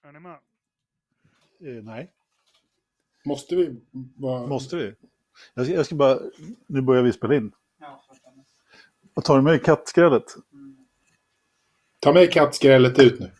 Är ni med? Nej. Måste vi? Måste vi? Jag ska bara... Nu börjar vi spela in. Och tar du med kattskrället? Ta med kattskrället ut nu.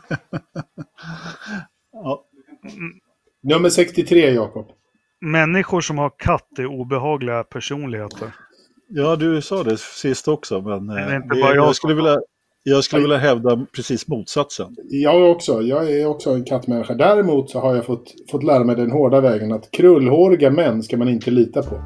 Ja. Nummer 63, Jakob. Människor som har katt är obehagliga personligheter. Ja, du sa det sist också. Men det är inte bara jag skulle vilja hävda precis motsatsen. Jag också. Jag är också en kattmänniska. Däremot så har jag fått lära mig den hårda vägen att krullhåriga män ska man inte lita på.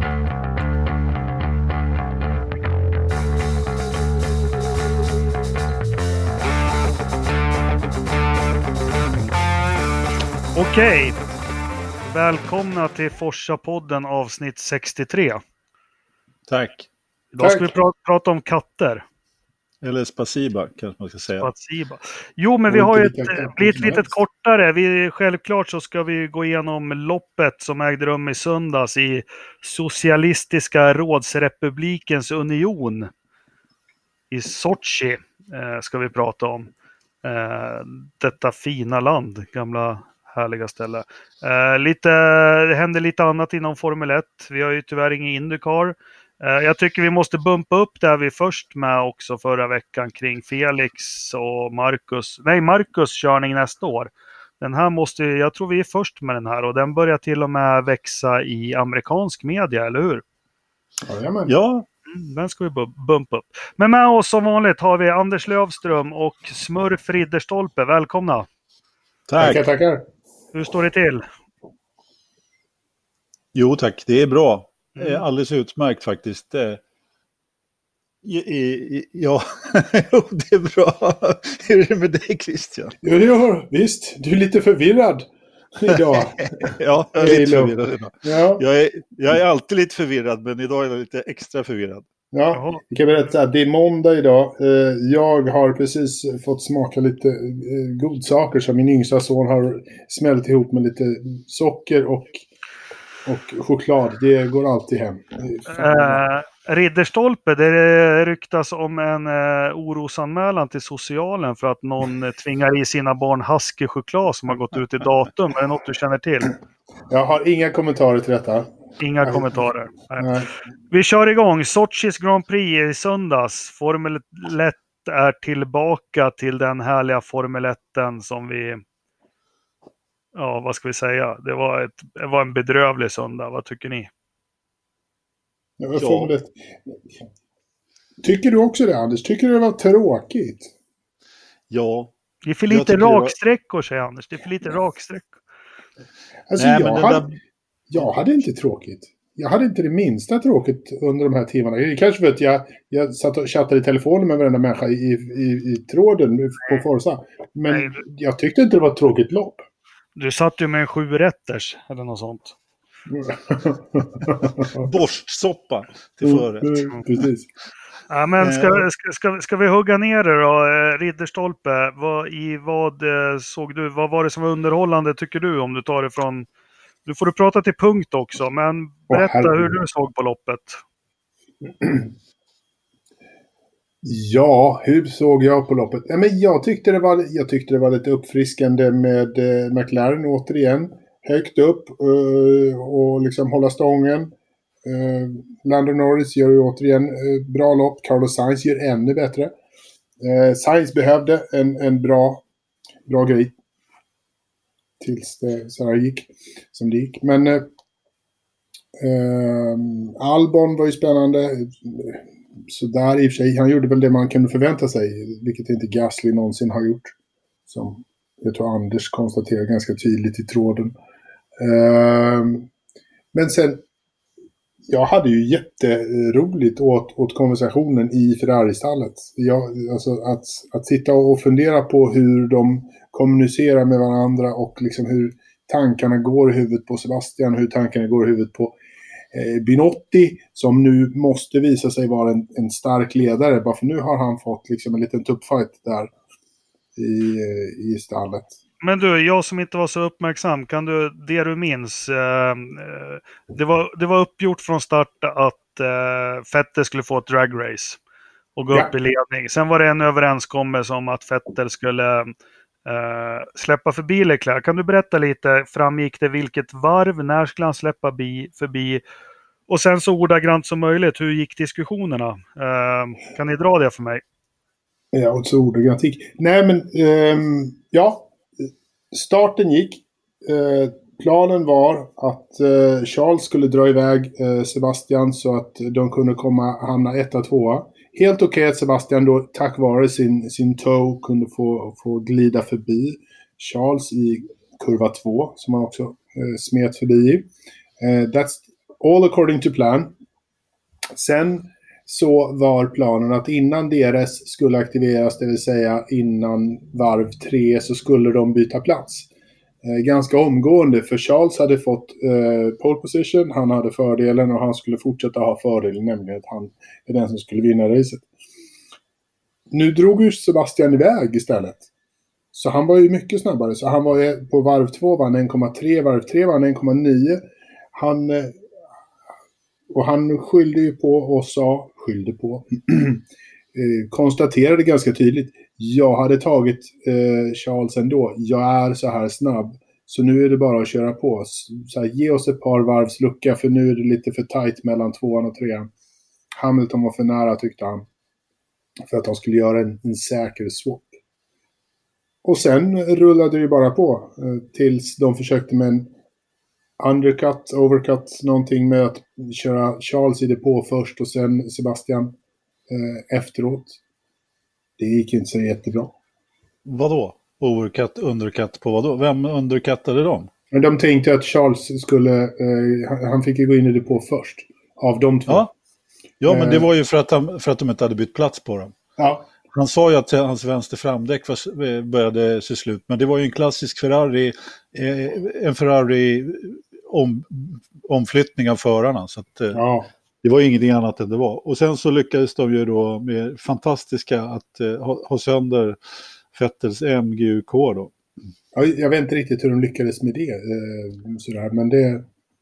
Okej. Välkomna till Forsa-podden avsnitt 63. Tack. Idag ska vi prata om katter. Eller spasiba kanske man ska säga. Spasiba. Jo, men vi har ju blivit lite kortare. Självklart så ska vi gå igenom loppet som ägde rum i söndags i Socialistiska rådsrepublikens union i Sochi. Ska vi prata om. Detta fina land, gamla härliga ställe. Det händer lite annat inom Formel 1. Vi har ju tyvärr ingen IndyCar. Jag tycker vi måste bumpa upp där vi först med också förra veckan kring Felix och Marcus körning nästa år. Den här jag tror vi är först med den här och den börjar till och med växa i amerikansk media, eller hur? Ja. Den ska vi bumpa upp. Men med oss som vanligt har vi Anders Lövström och Smurf Ridderstolpe. Välkomna. Tackar. Hur står det till? Jo tack, det är bra. Alldeles utmärkt faktiskt. Ja, det är bra. Hur är det med dig, Christian? Ja, visst. Du är lite förvirrad idag. Ja, jag är lite förvirrad idag. Ja. Jag är alltid lite förvirrad, men idag är jag lite extra förvirrad. Ja, jag kan berätta att det är måndag idag. Jag har precis fått smaka lite godsaker som min yngsta son har smält ihop med lite socker och choklad. Det går alltid hem. Ridderstolpe, det ryktas om en orosanmälan till socialen för att någon tvingar i sina barn husky-choklad som har gått ut i datum. Är det något du känner till? Jag har inga kommentarer till detta. Inga kommentarer. Nej. Vi kör igång. Sochis Grand Prix i söndags. Formel 1 är tillbaka till den härliga Formel 1 som vi... Ja, vad ska vi säga? Det var en bedrövlig söndag. Vad tycker ni? Ja. Tycker du också det, Anders? Tycker du det var tråkigt? Ja. Det är för lite raksträckor, säger Anders. Det är för lite raksträckor. Alltså, jag hade inte tråkigt. Jag hade inte det minsta tråkigt under de här timmarna. Det kanske för att jag satt och chattade i telefonen med varenda människa i tråden på Forza. Men jag tyckte inte det var ett tråkigt lopp. Du satt ju med en 7-rätters eller något sånt. Borstsoppa till förrätt. Precis. Ja, men ska vi hugga ner det då? Ridderstolpe, vad såg du? Vad var det som var underhållande tycker du? Om du tar det från... Du får prata till punkt också, men berätta hur du såg på loppet. Ja, hur såg jag på loppet? Ja, men jag tyckte det var lite uppfriskande med McLaren återigen. Högt upp och liksom hålla stången. Lando Norris gör ju återigen bra lopp. Carlos Sainz gör ännu bättre. Sainz behövde en bra grej. Tills det så här gick som det gick. Men Albon var ju spännande. Så där i och för sig, han gjorde väl det man kunde förvänta sig. Vilket inte Gasly någonsin har gjort. Som jag tror Anders konstaterar ganska tydligt i tråden. Men sen, jag hade ju jätteroligt åt konversationen i Ferrari-stallet. Alltså att sitta och fundera på hur de kommunicerar med varandra och liksom hur tankarna går i huvudet på Sebastian och hur tankarna går i huvudet på Binotto, som nu måste visa sig vara en stark ledare. Bara för nu har han fått liksom en liten tuppfight där i stallet. Men du, jag som inte var så uppmärksam, kan du minns, det var uppgjort från start att Vettel skulle få ett dragrace och gå upp i ledning. Sen var det en överenskommelse om att Vettel skulle släppa förbi Leclerc. Kan du berätta lite, framgick det vilket varv, när skulle han släppa förbi? Och sen så ordagrant som möjligt, hur gick diskussionerna? Kan ni dra det för mig? Ja, och så ordagrant gick. Nej, men ja, starten gick. Planen var att Charles skulle dra iväg Sebastian så att de kunde hamna 1-2. Helt okej att Sebastian då tack vare sin toe kunde få glida förbi Charles i kurva 2 som han också smet förbi i. That's all according to plan. Sen så var planen att innan DRS skulle aktiveras, det vill säga innan varv 3, så skulle de byta plats. Ganska omgående, för Charles hade fått pole position, han hade fördelen och han skulle fortsätta ha fördelen, nämligen att han är den som skulle vinna racet. Nu drog ju Sebastian iväg istället. Så han var ju mycket snabbare, så han var ju på varv 2 vann 1,3, varv 3 vann 1,9. Han skyllde på konstaterade ganska tydligt, jag hade tagit Charles ändå, jag är så här snabb, så nu är det bara att köra på. Så här, ge oss ett par varvs lucka, för nu är det lite för tight mellan 2:an och 3:an. Hamilton var för nära, tyckte han, för att han skulle göra en säker swap. Och sen rullade det bara på tills de försökte med en undercut, overcut, någonting med att köra Charles i depå först och sen Sebastian efteråt. Det gick inte så jättebra. Vadå? Overcut, undercut på vadå? Vem undercuttade dem? Men de tänkte att Charles skulle, han fick ju gå in i depå först av de två. Ja, men det var ju för att de inte hade bytt plats på dem. Ja. Han sa ju att hans vänster framdäck började se slut, men det var ju en klassisk Ferrari, omflyttning av förarna, så att det var ingenting annat än det var. Och sen så lyckades de ju då med fantastiska att ha sönder Vettels MGUK då. Ja, jag vet inte riktigt hur de lyckades med det, sådär, men det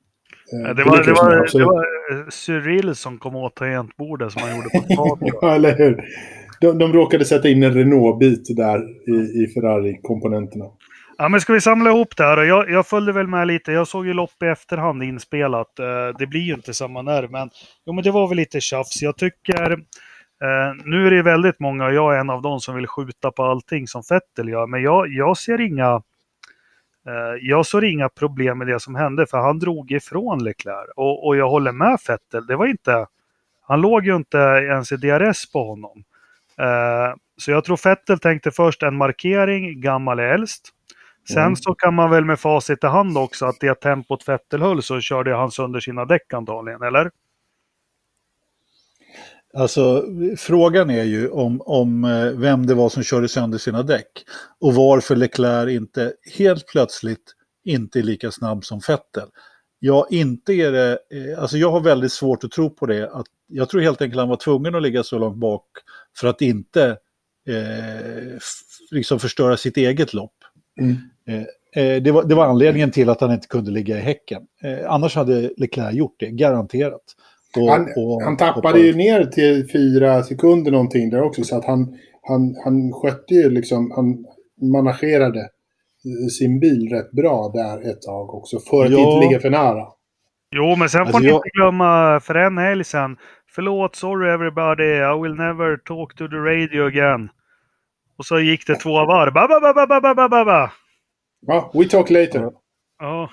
var Cyril som kom åt tangentbordet som han gjorde på taket. Ja, eller hur? De råkade sätta in en Renault-bit där i Ferrari-komponenterna. Ja, men ska vi samla ihop det här? Jag följde väl med lite. Jag såg ju lopp i efterhand inspelat. Det blir ju inte samma nerv, men det var väl lite tjafs. Jag tycker, nu är det väldigt många, och jag är en av dem som vill skjuta på allting som Vettel gör, men jag såg inga problem med det som hände, för han drog ifrån Leclerc. Och jag håller med Vettel. Det var inte, han låg ju inte ens i DRS på honom. Så jag tror Vettel tänkte först en markering, gammal är äldst. Sen så kan man väl med facit i hand också att det tempot Vettel höll, så körde han sönder sina däck antagligen, eller? Alltså, frågan är ju om vem det var som körde sönder sina däck. Och varför Leclerc inte helt plötsligt inte är lika snabb som Vettel. Jag har väldigt svårt att tro på det. Jag tror helt enkelt han var tvungen att ligga så långt bak för att inte liksom förstöra sitt eget lopp. Det var anledningen till att han inte kunde ligga i häcken. Annars hade Leclerc gjort det, garanterat. Han tappade ju ner till 4 sekunder någonting där också, så att han skötte ju liksom, han managerade sin bil rätt bra där ett tag också, för att inte ligga för nära. Jo, men sen får ni inte glömma för en helg sen. Förlåt, sorry everybody, I will never talk to the radio again. Och så gick det 2 varv. Ja, we talk later. Ja.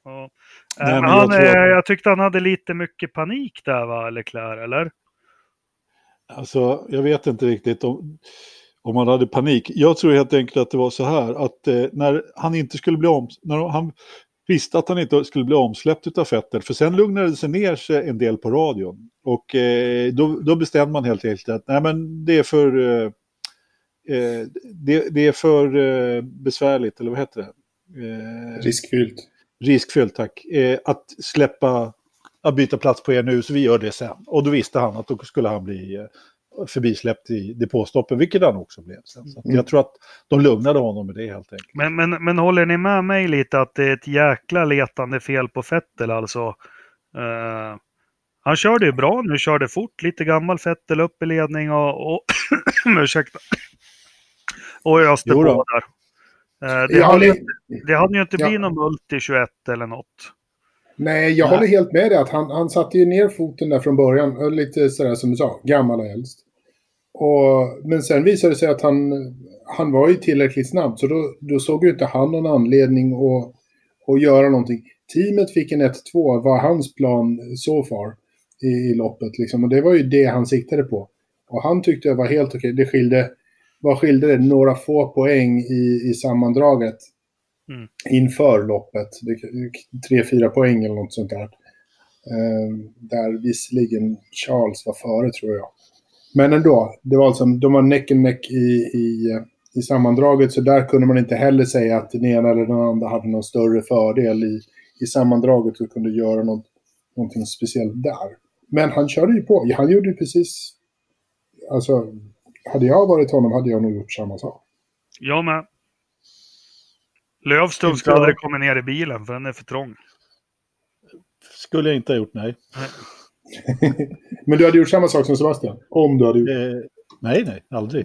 Nej, jag tyckte han hade lite mycket panik där, va, Leclerc, eller? Alltså, jag vet inte riktigt om han hade panik. Jag tror helt enkelt att det var så här, att när han inte skulle när han visste att han inte skulle bli omsläppt av Vettel, för sen lugnade det sig ner sig en del på radion. Och då bestämde man helt enkelt att nej, men det är för det är för besvärligt, eller vad heter det? Riskfyllt, tack. Att byta plats på er nu, så vi gör det sen. Och då visste han att då skulle han bli förbisläppt i depåstoppen, vilket han också blev sen. Så jag tror att de lugnade honom med det helt enkelt. Men håller ni med mig lite att det är ett jäkla letande fel på Vettel alltså? Han körde ju bra, nu körde fort, lite gammal Vettel upp i ledning och ursäkta. Och öste på där. Det hade ju inte blivit någon multi 21 eller något. Nej, jag håller helt med dig att han satte ju ner foten där från början. Lite sådär som du sa, gammal och äldst. Men sen visade det sig att han var ju tillräckligt snabb. Så då såg ju inte han någon anledning att göra någonting. Teamet fick en 1-2, var hans plan so far i loppet. Liksom. Och det var ju det han siktade på. Och han tyckte det var helt okej. Vad skilde det? Några få poäng i sammandraget inför loppet. 3-4 poäng eller något sånt där. Där visserligen Charles var före, tror jag. Men ändå, det var alltså, de var neck and neck i sammandraget, så där kunde man inte heller säga att den ena eller den andra hade någon större fördel i sammandraget och kunde göra någonting speciellt där. Men han körde ju på. Han gjorde ju precis... Alltså, hade jag varit honom hade jag nog gjort samma sak. Ja, men Lövström skulle aldrig komma ner i bilen för den är för trång. Skulle jag inte ha gjort, nej. Men du hade gjort samma sak som Sebastian? Om du hade gjort... Nej, aldrig.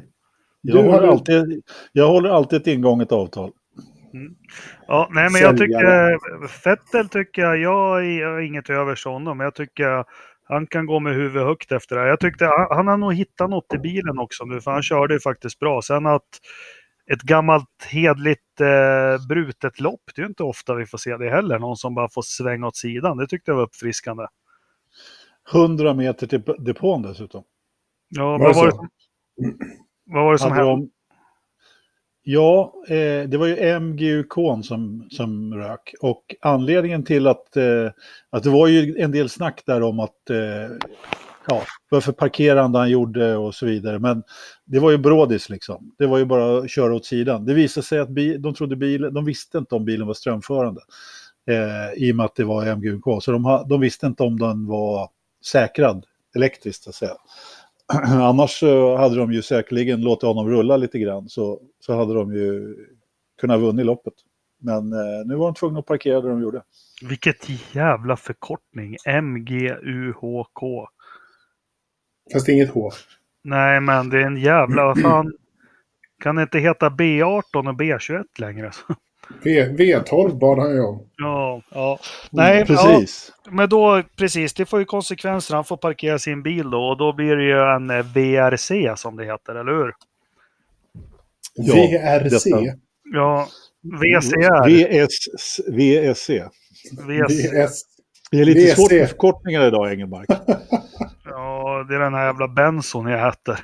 Jag håller alltid ett ingånget avtal. Ja, nej, men jag tycker Vettel jag har inget övers honom, men jag tycker han kan gå med huvudet högt efter det. Jag tyckte han har nog hittat något i bilen också nu, för han körde ju faktiskt bra. Sen att ett gammalt hedligt brutet lopp, det är ju inte ofta vi får se det heller. Någon som bara får svänga åt sidan, det tyckte jag var uppfriskande. 100 meter till depån dessutom. Ja, vad var det som hände? Ja, det var ju MGUK som rök. Och anledningen till att det var ju en del snack där om att varför parkerande han gjorde och så vidare. Men det var ju brådis liksom. Det var ju bara att köra åt sidan. Det visade sig att de visste inte om bilen var strömförande. I och med att det var MGUK. Så de visste inte om den var säkrad elektriskt, att säga. Annars hade de ju säkerligen låtit honom rulla lite grann, så hade de ju kunnat vinna loppet. Men nu var de tvungna att parkera där de gjorde. Vilket jävla förkortning. MGUHK. Fast inget H. Nej, men det är en jävla... Vad fan? Kan det inte heta B18 och B21 längre? V12 bad han ju om. Ja. Nej, precis. Ja, men då, precis, det får ju konsekvenser. Han får parkera sin bil då, och då blir det ju en VRC som det heter, eller hur? Ja, VRC? Ja, VCR. VSC. Det är lite svårt med förkortningar idag, Engelmark. Ja, det är den här jävla benson jag äter.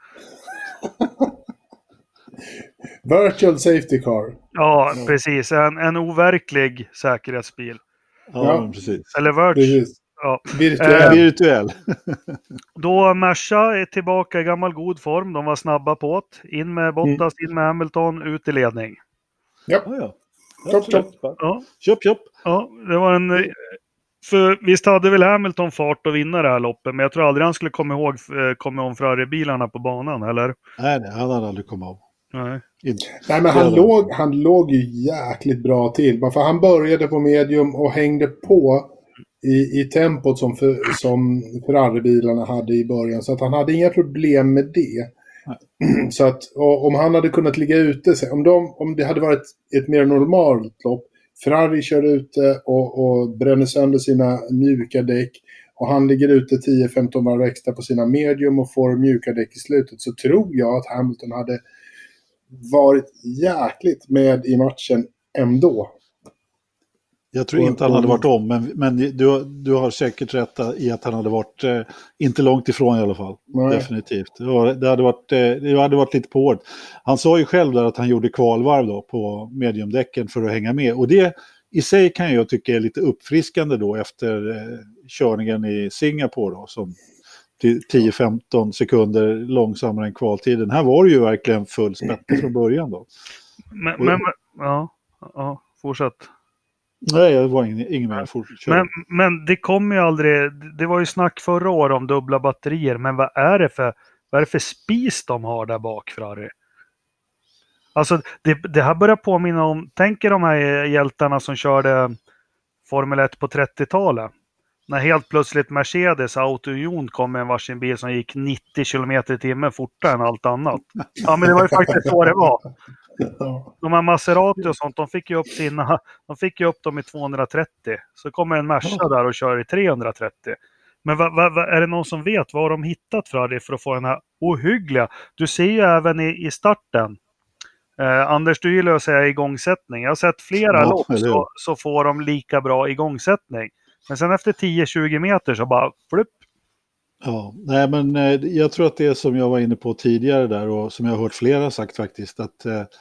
Virtual safety car. Ja, precis. En overklig säkerhetsbil. Ja, precis. Eller precis. Ja. Virtuell. Då Merca är tillbaka i gammal god form. De var snabba på det. In med Bottas, in med Hamilton, ut i ledning. Ja. Köp. Ja, det var en... För visst hade väl Hamilton fart att vinna det här loppet, men jag tror aldrig han skulle komma om Ferrari-bilarna på banan, eller? Nej, han hade aldrig kommit om. Nej. Nej, men han låg ju jäkligt bra till. För han började på medium och hängde på i tempot som Ferrari-bilarna hade i början. Så att han hade inga problem med det. Så att om han hade kunnat ligga ute, om det hade varit ett mer normalt lopp, Ferrari kör ute och bränner sönder sina mjuka däck, och han ligger ute 10-15 varv extra på sina medium och får mjuka däck i slutet, så tror jag att Hamilton hade varit jäkligt med i matchen ändå. Jag tror inte han hade varit om, men du har säkert rätt i att han hade varit inte långt ifrån i alla fall. Nej. Definitivt. Det hade varit lite på hårt. Han sa ju själv där att han gjorde kvalvarv då på mediumdäcken för att hänga med. Och det i sig kan jag tycka är lite uppfriskande då efter körningen i Singapore då, som 10-15 sekunder långsammare än kvaltiden. Här var det ju verkligen full spett från början då. Men fortsätt. Nej, det var ingen mer fortsatt. Men det kommer ju aldrig... Det var ju snack förra året om dubbla batterier, men vad är det för spis de har där bak, Ferrari? Alltså, det här börjar påminna om... Tänk er de här hjältarna som körde Formel 1 på 30-talet. När helt plötsligt Mercedes Auto Union kom med en varsin bil som gick 90 km/h fortare än allt annat. Ja, men det var ju faktiskt så det var. De här Maserati och sånt, de fick ju upp dem i 230. Så kommer en Merca där och kör i 330. Men är det någon som vet vad de hittat för att få den här ohyggliga? Du ser ju även i starten. Anders, du gillar att säga igångsättning. Jag har sett flera lopp så får de lika bra igångsättning. Men sen efter 10-20 meter så bara flupp. Ja, nej men jag tror att det är som jag var inne på tidigare där och som jag har hört flera sagt faktiskt att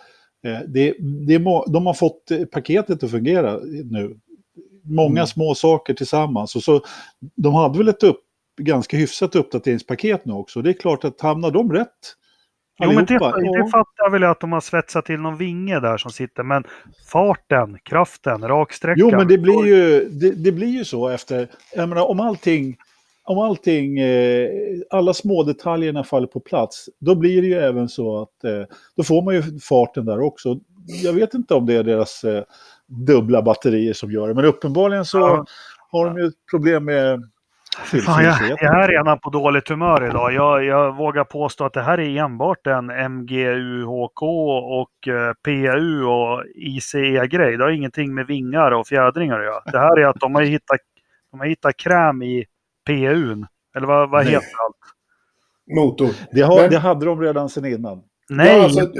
de har fått paketet att fungera nu. Många små saker tillsammans och så de hade väl ett ganska hyfsat uppdateringspaket nu också. Det är klart att hamnar de rätt. Jo, men det fattar jag väl att de har svetsat till någon vinge där som sitter, men farten, kraften, raksträckan. Jo, men det blir ju så efter, jag menar, om allting, alla små detaljerna faller på plats, då blir det ju även så att då får man ju farten där också. Jag vet inte om det är deras dubbla batterier som gör det, men uppenbarligen så har de ju problem med jag är redan på dåligt humör idag. Jag vågar påstå att det här är enbart en MGUHK och PU och ICE-grej. Det har ingenting med vingar och fjädringar att göra. Det här är att de har hittat kräm i PUn. Eller vad heter allt? Motor. Det hade de redan sedan innan. Nej. Ja, alltså,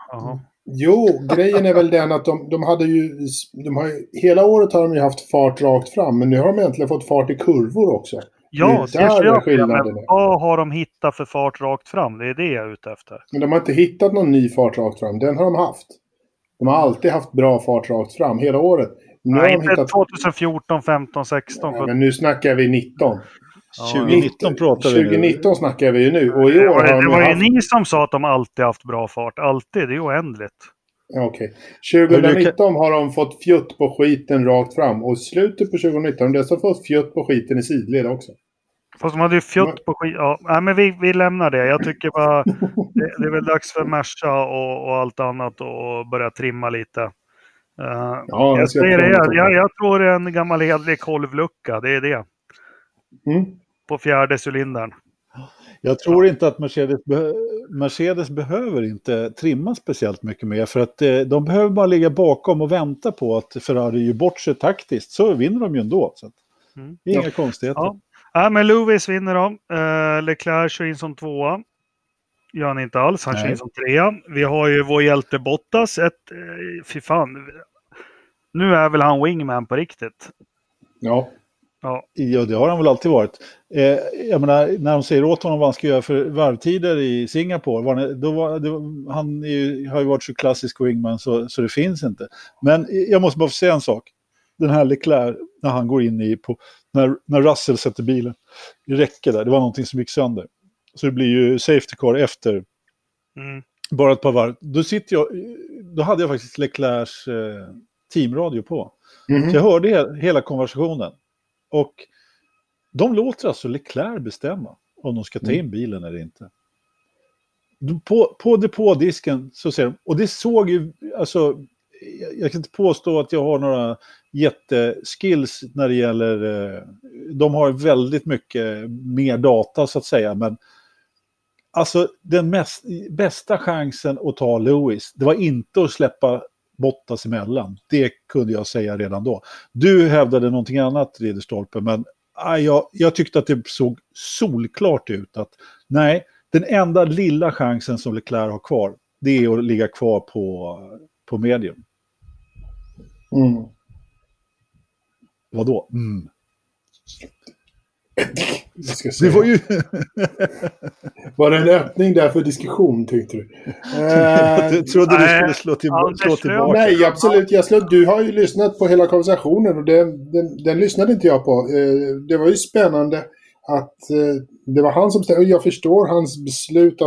jo, grejen är väl den att de har hela året har de ju haft fart rakt fram, men nu har de äntligen fått fart i kurvor också. Ja, det är skillnaden. Vad har de hittat för fart rakt fram? Det är det jag är ute efter. Men de har inte hittat någon ny fart rakt fram. Den har de haft. De har alltid haft bra fart rakt fram hela året. Nu nej, har de hittat 2014, 15, 16. Nej, men nu snackar vi 19. 2019 pratar vi 2019 snackar vi ju nu. Och i år det var ju ni som sa att de alltid haft bra fart. Alltid, det är oändligt. Okej. 2019 har de fått fjutt på skiten rakt fram. Och i slutet på 2019 har de dessutom fått fjutt på skiten i sidled också. Fast de hade ju fjutt på skiten. Ja, nej, men vi lämnar det. Jag tycker bara det är väl dags för Merca och allt annat och börja trimma lite. Jag tror det är en gammal hedlig kolvlucka. Det är det. På 4:e cylindern. Jag tror inte att Mercedes behöver inte trimma speciellt mycket mer, för att de behöver bara ligga bakom och vänta på att Ferrari gör bort sig taktiskt, så vinner de ju ändå. Så det är inga konstigheter. Ja, men Lewis vinner de. Leclerc kör in som 2:a. Gör han inte alls, han kör in som 3:a. Vi har ju vår hjälte Bottas. Fy fan. Nu är väl han wingman på riktigt. Ja, det har han väl alltid varit. Jag menar, när de säger åt honom vad han ska göra för varvtider i Singapore, han har ju varit så klassisk wingman så det finns inte. Men jag måste bara få säga en sak. Den här Leclerc, när han går in när Russell sätter bilen i räcke där, det var någonting som gick sönder. Så det blir ju safety car efter bara ett par varv. Då hade jag faktiskt Leclercs teamradio på. Så jag hörde hela konversationen. Och de låter alltså Leclerc bestämma om de ska ta in bilen eller inte. På depådisken så ser de, och det såg ju, alltså jag kan inte påstå att jag har några jätteskills när det gäller, de har väldigt mycket mer data så att säga, men alltså den bästa chansen att ta Lewis, det var inte att släppa Bottas emellan. Det kunde jag säga redan då. Du hävdade någonting annat, Ridderstolpe, men jag tyckte att det såg solklart ut att nej, den enda lilla chansen som Leclerc har kvar, det är att ligga kvar på medium. Vadå? Det var ju... Var det en öppning där för diskussion, tyckte du? Jag trodde du skulle slå tillbaka. Nej, absolut. Du har ju lyssnat på hela konversationen och den lyssnade inte jag på. Det var ju spännande att det var han som ställde. Jag förstår hans beslut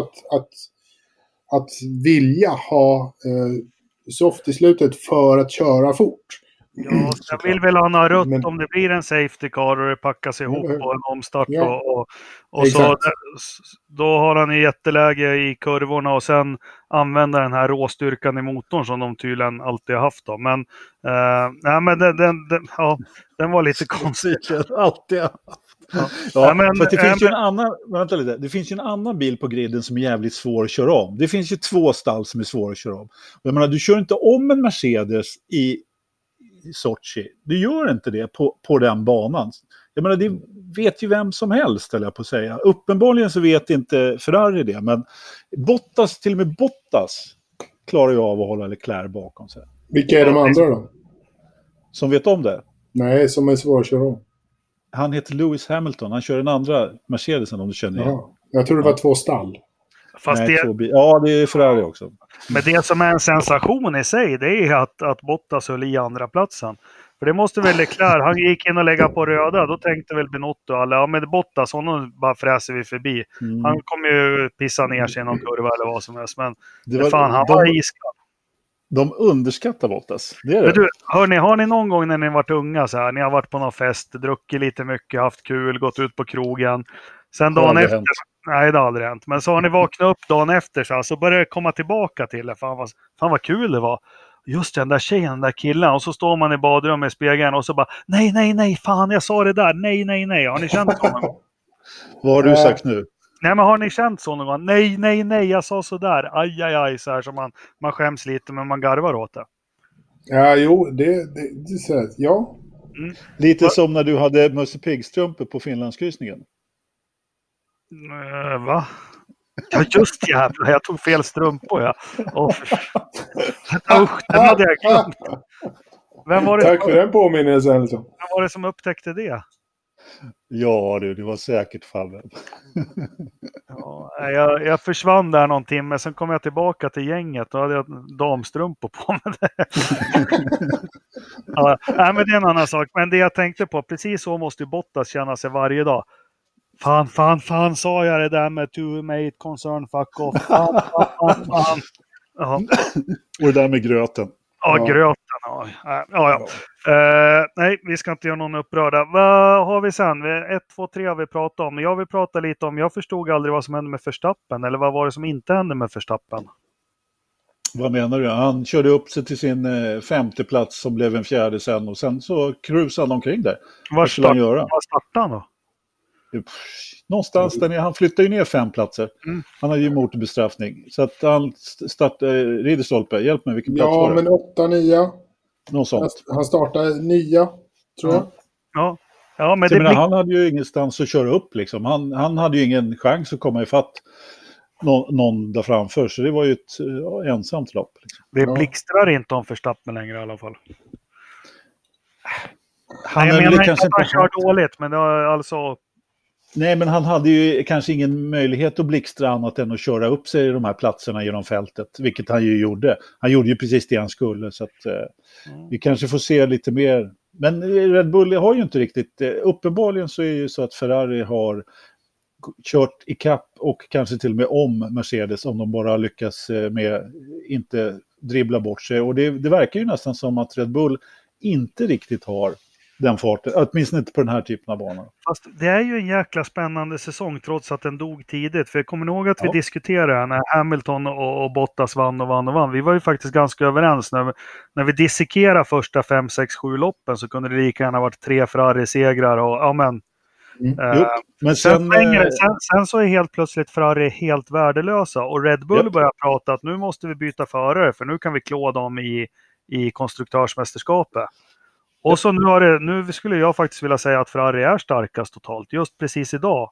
att vilja ha soft i slutet för att köra fort. Ja, sen vill väl han ha rött Men- om det blir en safety car och det packas ihop Ja, på en omstart. ja. Och så, Exakt. då har han ju jätteläge i kurvorna och sen använda den här råstyrkan i motorn som de tydligen alltid har haft. Då. Men, nej, men den var lite konstig. Alltid. Ja. Ja, Ja, men- fast det finns ju en annan, vänta lite, det finns ju en annan bil på griden som är jävligt svår att köra om. Det finns ju 2 stall som är svåra att köra om. Jag menar, du kör inte om en Mercedes i Sochi. Du gör inte det på den banan. Jag menar, det vet ju vem som helst, eller jag på att säga. Uppenbarligen så vet inte Ferrari det, men till och med Bottas klarar ju av att hålla Leclerc bakom sig. Vilka är de andra då? Som vet om det. Nej, som är svåra att köra om. Han heter Lewis Hamilton. Han kör den andra Mercedesen, om du känner igen. Jaha. Jag tror det var 2 stall. Fast Nej, det, ja, det är Ferrari också. men det som är en sensation i sig, det är att Bottas höll i andra platsen. För det måste väl Leclerc, han gick in och lägga på röda, då tänkte väl Binotto alla, ja men Bottas, honom bara fräser vi förbi. Han kommer ju pissa ner sig i någon kurva eller vad som helst, men han var iskall. De underskattar Bottas, det är det. Men du, hörni, har ni någon gång när ni varit unga så här, ni har varit på någon fest, druckit lite mycket, haft kul, gått ut på krogen, sen dagen efter, nej det har aldrig hänt, men så har ni vaknat upp dagen efter så börjar det komma tillbaka till det, fan vad kul det var. Just den där tjejen, den där killen, och så står man i badrummet i spegeln och så bara, nej, fan jag sa det där, nej, har ni känt så någon gång? Vad har du sagt nu? Nej, men har ni känt så någon gång? Nej, jag sa så där, aj, så här som man skäms lite men man garvar åt det. Ja, jo, det är så här, ja. Lite som när du hade Musse Pigg-strumpor på Finlandskryssningen. Va? Ja, just jävlar, jag tog fel strumpor, ja. Usch, den hade jag glömt. Tack för den påminnelsen. Vem var det som upptäckte det? Ja, det var säkert fallet. Ja, jag försvann där någon timme, sen kom jag tillbaka till gänget och hade jag damstrumpor på mig. Ja, nej, men det är en annan sak. Men det jag tänkte på, precis så måste ju Bottas känna sig varje dag. Fan, sa jag det där med to mate concern, fuck off. Fan. Ja. Och det där med gröten. Ja, gröten. Ja. Nej, vi ska inte göra någon upprörda. Vad har vi sen? 1, 2, 3 har vi pratat om. Jag vill prata lite om, jag förstod aldrig vad som hände med Verstappen. Eller vad var det som inte hände med Verstappen? Vad menar du? Han körde upp sig till sin 5:e plats som blev en 4:e sen. Och sen så cruisade han omkring där. Vad skulle han göra? Vad startade han då? Någonstans där han flyttade ju ner 5 platser. Han hade ju motorbestraffning. Så att han startade Ridderstolpe. Hjälp mig, vilken plats var det? Ja, men 8-9. Något sånt. Han startade 9, tror jag. Ja, men han hade ju ingenstans att köra upp liksom. Han hade ju ingen chans att komma ifatt någon där framför. Så det var ju ett ensamt lopp. Liksom. Det blixtrar inte om Verstappen längre i alla fall. Jag menar inte att han kör dåligt, men det var alltså... Nej, men han hade ju kanske ingen möjlighet att blixtra annat än att köra upp sig i de här platserna genom fältet, vilket han ju gjorde. Han gjorde ju precis det han skulle, så att vi kanske får se lite mer. Men Red Bull har ju inte riktigt, uppenbarligen så är det ju så att Ferrari har kört i kapp och kanske till och med om Mercedes om de bara lyckas med inte dribbla bort sig. Och det verkar ju nästan som att Red Bull inte riktigt har den farten, åtminstone inte på den här typen av banor. Fast det är ju en jäkla spännande säsong trots att den dog tidigt. För jag kommer ihåg att vi diskuterade när Hamilton och Bottas vann. Vi var ju faktiskt ganska överens när vi dissekerade första 5, 6, 7 loppen så kunde det lika gärna varit 3 Ferrari-segrar och ja men. Men sen så är helt plötsligt Ferrari helt värdelösa och Red Bull börjar prata att nu måste vi byta förare för nu kan vi klå dem i konstruktörsmästerskapet. Och så nu skulle jag faktiskt vilja säga att Ferrari är starkast totalt. Just precis idag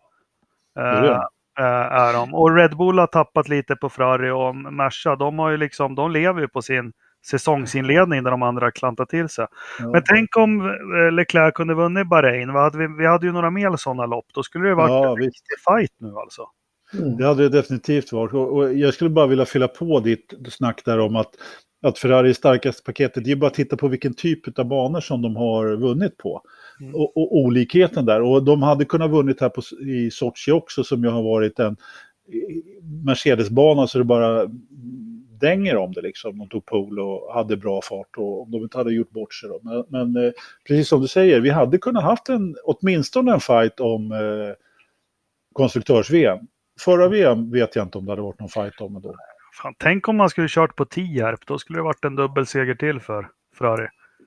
är de. Och Red Bull har tappat lite på Ferrari och Merca. De lever ju på sin säsongsinledning där de andra klantar till sig. Ja. Men tänk om Leclerc kunde vunnit i Bahrain. Vi hade ju några mer sådana lopp. Då skulle det varit en riktig fight nu alltså. Det hade det definitivt varit. Och jag skulle bara vilja fylla på ditt snack där om att Ferrari är starkaste paketet. Det är bara att titta på vilken typ av banor som de har vunnit på. Och olikheten där. Och de hade kunnat vunnit här i Sochi också som ju har varit en Mercedes-bana så det bara dänger om det liksom. De tog pole och hade bra fart och om de inte hade gjort bort sig då. Men precis som du säger, vi hade kunnat haft åtminstone en fight om konstruktörs-VM. Förra VM vet jag inte om det hade varit någon fight om det då. Fan, tänk om man skulle kört på Tierp, då skulle det varit en dubbelseger till för Ferrari.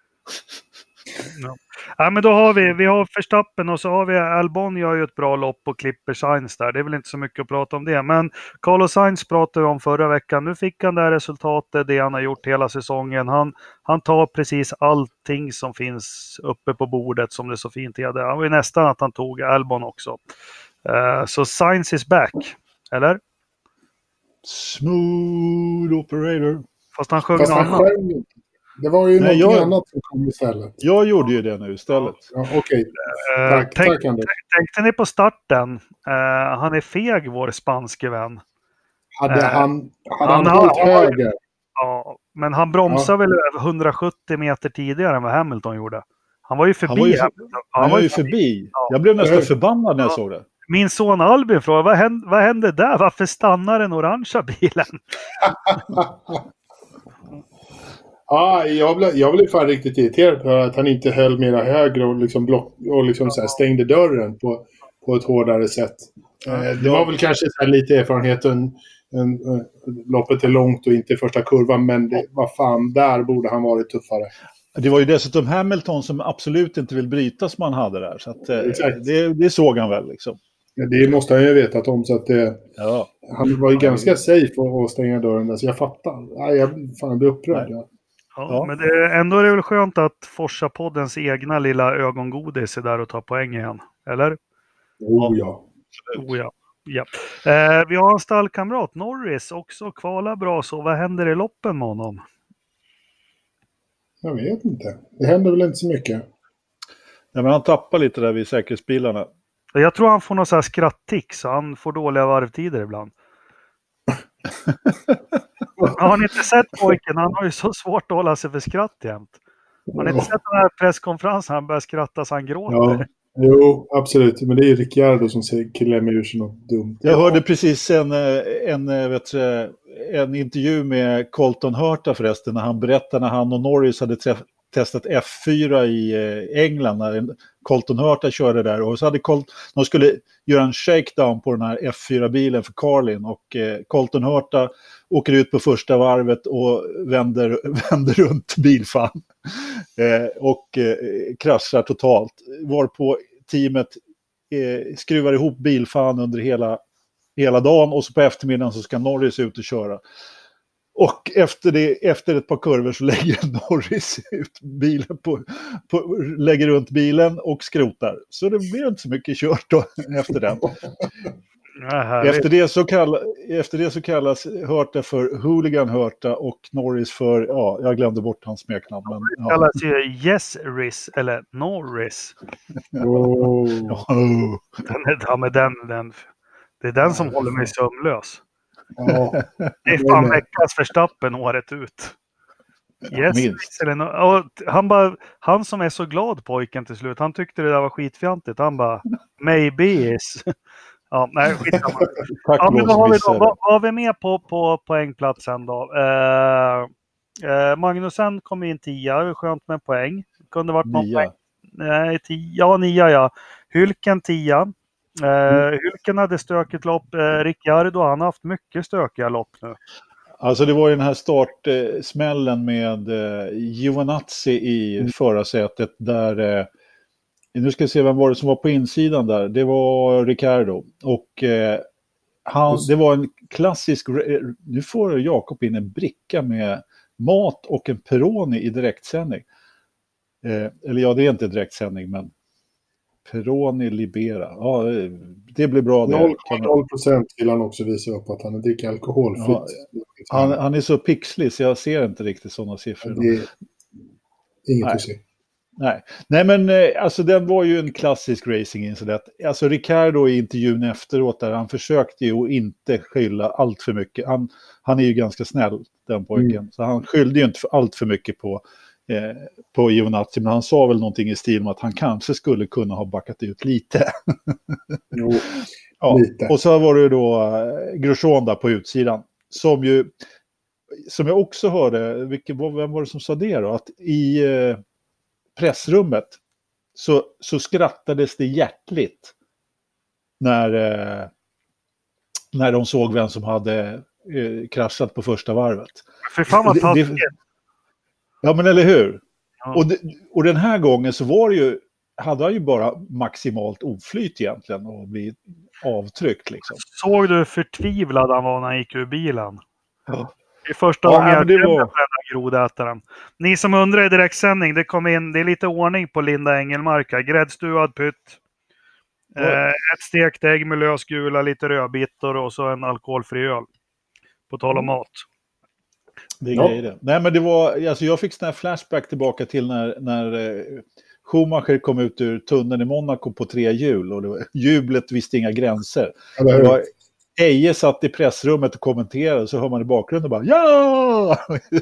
Ja, men då har vi har Verstappen och så har vi Albon gör ju ett bra lopp och klipper Sainz där. Det är väl inte så mycket att prata om det. Men Carlos Sainz pratade vi om förra veckan. Nu fick han det här resultatet, det han har gjort hela säsongen. Han tar precis allting som finns uppe på bordet som det så fint heter. Han var ju nästan att han tog Albon också. Så Sainz is back, eller? Smooth operator. Fast han sjöng något annat. Det var ju något annat som kom istället. Jag gjorde ju det nu istället. Ja, okej. Tack Anders. Tänkte ni på starten? Han är feg, vår spanske vän. Hade han gått höger? Ja, men han bromsade väl 170 meter tidigare än vad Hamilton gjorde. Han var ju förbi. Han var ju förbi. Ja. Jag blev nästan förbannad när jag såg det. Min son Albin frågade, vad hände där? Varför stannar den orangea bilen? Jag blev fan riktigt irriterad på att han inte höll mera högre och liksom så här stängde dörren på ett hårdare sätt. Det var väl kanske så här lite erfarenhet. Loppet är långt och inte första kurvan, men vad fan, där borde han varit tuffare. Det var ju dessutom Hamilton som absolut inte vill bryta som han hade där. Så att, det såg han väl liksom. Ja, det måste han ju vetat om, så att han var ju ganska safe att stänga dörren där, så jag fattar. Jag blir upprörd. Ja, men ändå är det väl skönt att Forsa-poddens egna lilla ögongodis är där och tar poäng igen, eller? Ja. Vi har en stallkamrat, Norris, också kvala bra, så vad händer i loppen med honom? Jag vet inte. Det händer väl inte så mycket. Ja, men han tappar lite där vid säkerhetsbilarna. Jag tror han får någon så här skratttick, så han får dåliga varvtider ibland. Har ni inte sett pojken? Han har ju så svårt att hålla sig för skratt jämt. Har ni inte sett den här presskonferensen? Han börjar skratta så han gråter. Ja. Jo, absolut. Men det är ju Ricciardo som klämmer ur sig något dumt. Jag hörde precis en intervju med Colton Herta förresten, när han berättade när han och Norris hade testat F4 i England, när Colton Herta körde där, och så hade de skulle göra en shakedown på den här F4-bilen för Carlin, och Colton Herta åker ut på första varvet och vänder runt bilfan och kraschar totalt, varpå teamet skruvar ihop bilfan under hela dagen, och så på eftermiddagen så ska Norris ut och köra. Och efter ett par kurvor så lägger Norris ut bilen lägger runt bilen och skrotar. Så det blir inte så mycket kört då efter den. Efter det så kallas Herta för Hooligan Herta och Norris för, jag glömde bort hans smeknamn. Det kallas ju Yes Riz eller Norris. Det är den som håller mig sömnlös. Ja, det är fan veckans Verstappen året ut. Yes, han som är så glad, pojken, till slut. Han tyckte det där var skitfjantigt. Han bara, maybe is. Ja, nej, skitsamma. Men vad har vi med på poängplatsen då? Magnussen kom in 10, skönt med poäng. Kunde varit någon poäng. Nej, 9 ja. Hülken 10. Hülken hade stökigt lopp. Ricciardo, han har haft mycket stökiga lopp nu. Alltså det var ju den här startsmällen med Giovinazzi i förarsätet där, nu ska vi se vem var det som var på insidan där. Det var Ricciardo. Och det var en klassisk, nu får Jakob in en bricka med mat och en Peroni i direktsändning. Eller ja, det är inte direktsändning, men Peroni Libera. Ja, det blir bra. 0,0% vill han också visa upp att han dricker alkoholfritt. Ja, han är så pixlig så jag ser inte riktigt sådana siffror. Det är inget att se. Nej, men alltså den var ju en klassisk racing-incident. Alltså Ricciardo i intervjun efteråt där, han försökte ju att inte skylla allt för mycket. Han är ju ganska snäll, den pojken. Så han skyllde ju inte allt för mycket på Giovinazzi, men han sa väl någonting i stil med att han kanske skulle kunna ha backat ut lite. Jo, ja. lite. Och så var det då Grosjean där på utsidan, som ju som jag också hörde, vem var det som sa det då? Att i pressrummet så skrattades det hjärtligt när de såg vem som hade kraschat på första varvet. För fan vad taskigt. Ja, men eller hur? Ja. Och den här gången så hade han ju bara maximalt oflyt egentligen och blivit avtryckt liksom. Såg du hur förtvivlad han var när han gick ur bilen? Ja. I första gången jag det var... den här grodätaren. Ni som undrar i direktsändning, det är lite ordning på Linda Engelmarka. Gräddstuvad pytt. Ett stekt ägg med lösgula, lite rödbitor och så en alkoholfri öl. På tal om mat. Det är grejer det. Nej, men det var, alltså jag fick sån här flashback tillbaka till när Schumacher kom ut ur tunneln i Monaco på 3 hjul och det var, jublet visste inga gränser. Det var, Eje satt i pressrummet och kommenterade, så hör man i bakgrunden bara ja!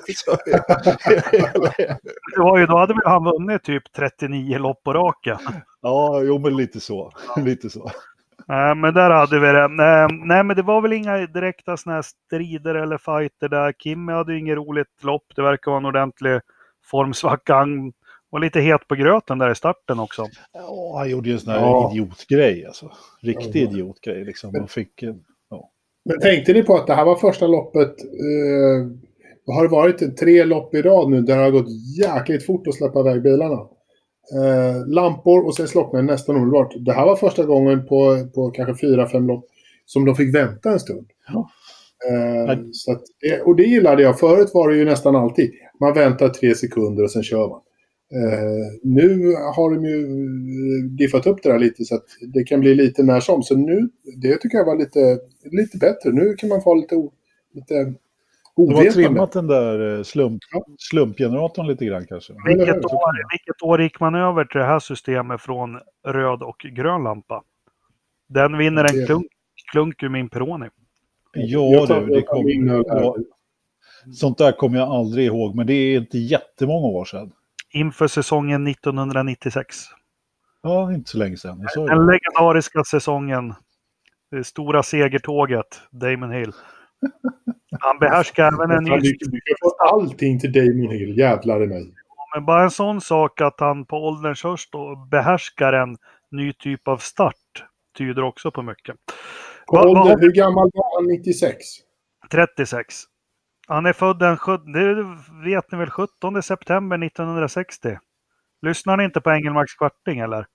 Det var ju, då hade han vunnit typ 39 lopp på raka. Ja, jo, men lite så. Lite så. Men där hade vi det. Nej, men det var väl inga direkta såna här strider eller fighter där. Kimi hade ju inget roligt lopp. Det verkar vara en ordentlig formsvacka. Han var lite het på gröten där i starten också. Ja, han gjorde ju en sån här idiotgrej. Alltså. Riktig idiotgrej. Liksom. Man fick... Men tänkte ni på att det här var första loppet, har det varit 3 lopp i rad nu där det har gått jäkligt fort att släppa iväg bilarna. Lampor och sen slocknade nästan omedelbart. Det här var första gången på kanske 4-5 lopp som de fick vänta en stund. Ja. Så att, och det gillade jag. Förut var det ju nästan alltid. Man väntar 3 sekunder och sen kör man. Nu har de ju diffat upp det där lite så att det kan bli lite när som. Så nu, det tycker jag var lite bättre. Nu kan man få lite ovetande. De har trimmat den där slumpgeneratorn lite grann kanske. Vilket år gick man över till det här systemet från röd och grön lampa? Den vinner en klunk ur min Peroni. Ja, det kommer. Sånt där kommer jag aldrig ihåg, men det är inte jättemånga år sedan. Inför säsongen 1996. Ja, inte så länge sedan. Den legendariska säsongen. Det stora segertåget, Damon Hill. Han behärskar även en ny... Du kan få allting till Damon Hill, jävlar i mig. Men bara en sån sak att han på ålderns höst behärskar en ny typ av start tyder också på mycket. Hur gammal var han 96? 36. Han är född det vet ni väl, 17 september 1960. Lyssnar ni inte på Engelmarks kvarting eller?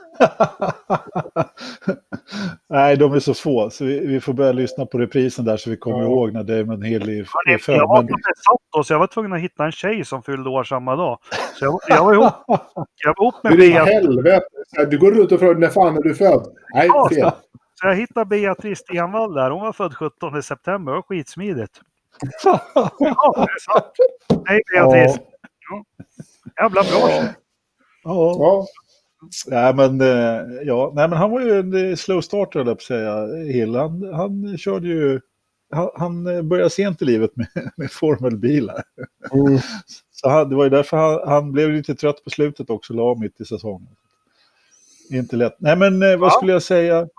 Nej, de är så få. Så vi får börja lyssna på reprisen där så vi kommer ihåg när Damon Hill är född. Jag var besatt så jag var tvungen att hitta en tjej som fyllde år samma dag. Så jag var ihop med Beatrice. Du går ut och frågar när fan är du född? Nej, fel. Så jag hittade Beatrice Stenvall där. Hon var född 17 september. Det var skitsmidigt. Ja, det är sant. Hej Beatrice. Ja. Jävla bra. Ja. Nej, men han var ju en slow starter, eller på att säga. Hill. Han körde ju... Han började sent i livet med formelbilar. Så det var ju därför han blev lite trött på slutet också, la mitt i säsongen. Inte lätt. Nej, men vad skulle jag säga?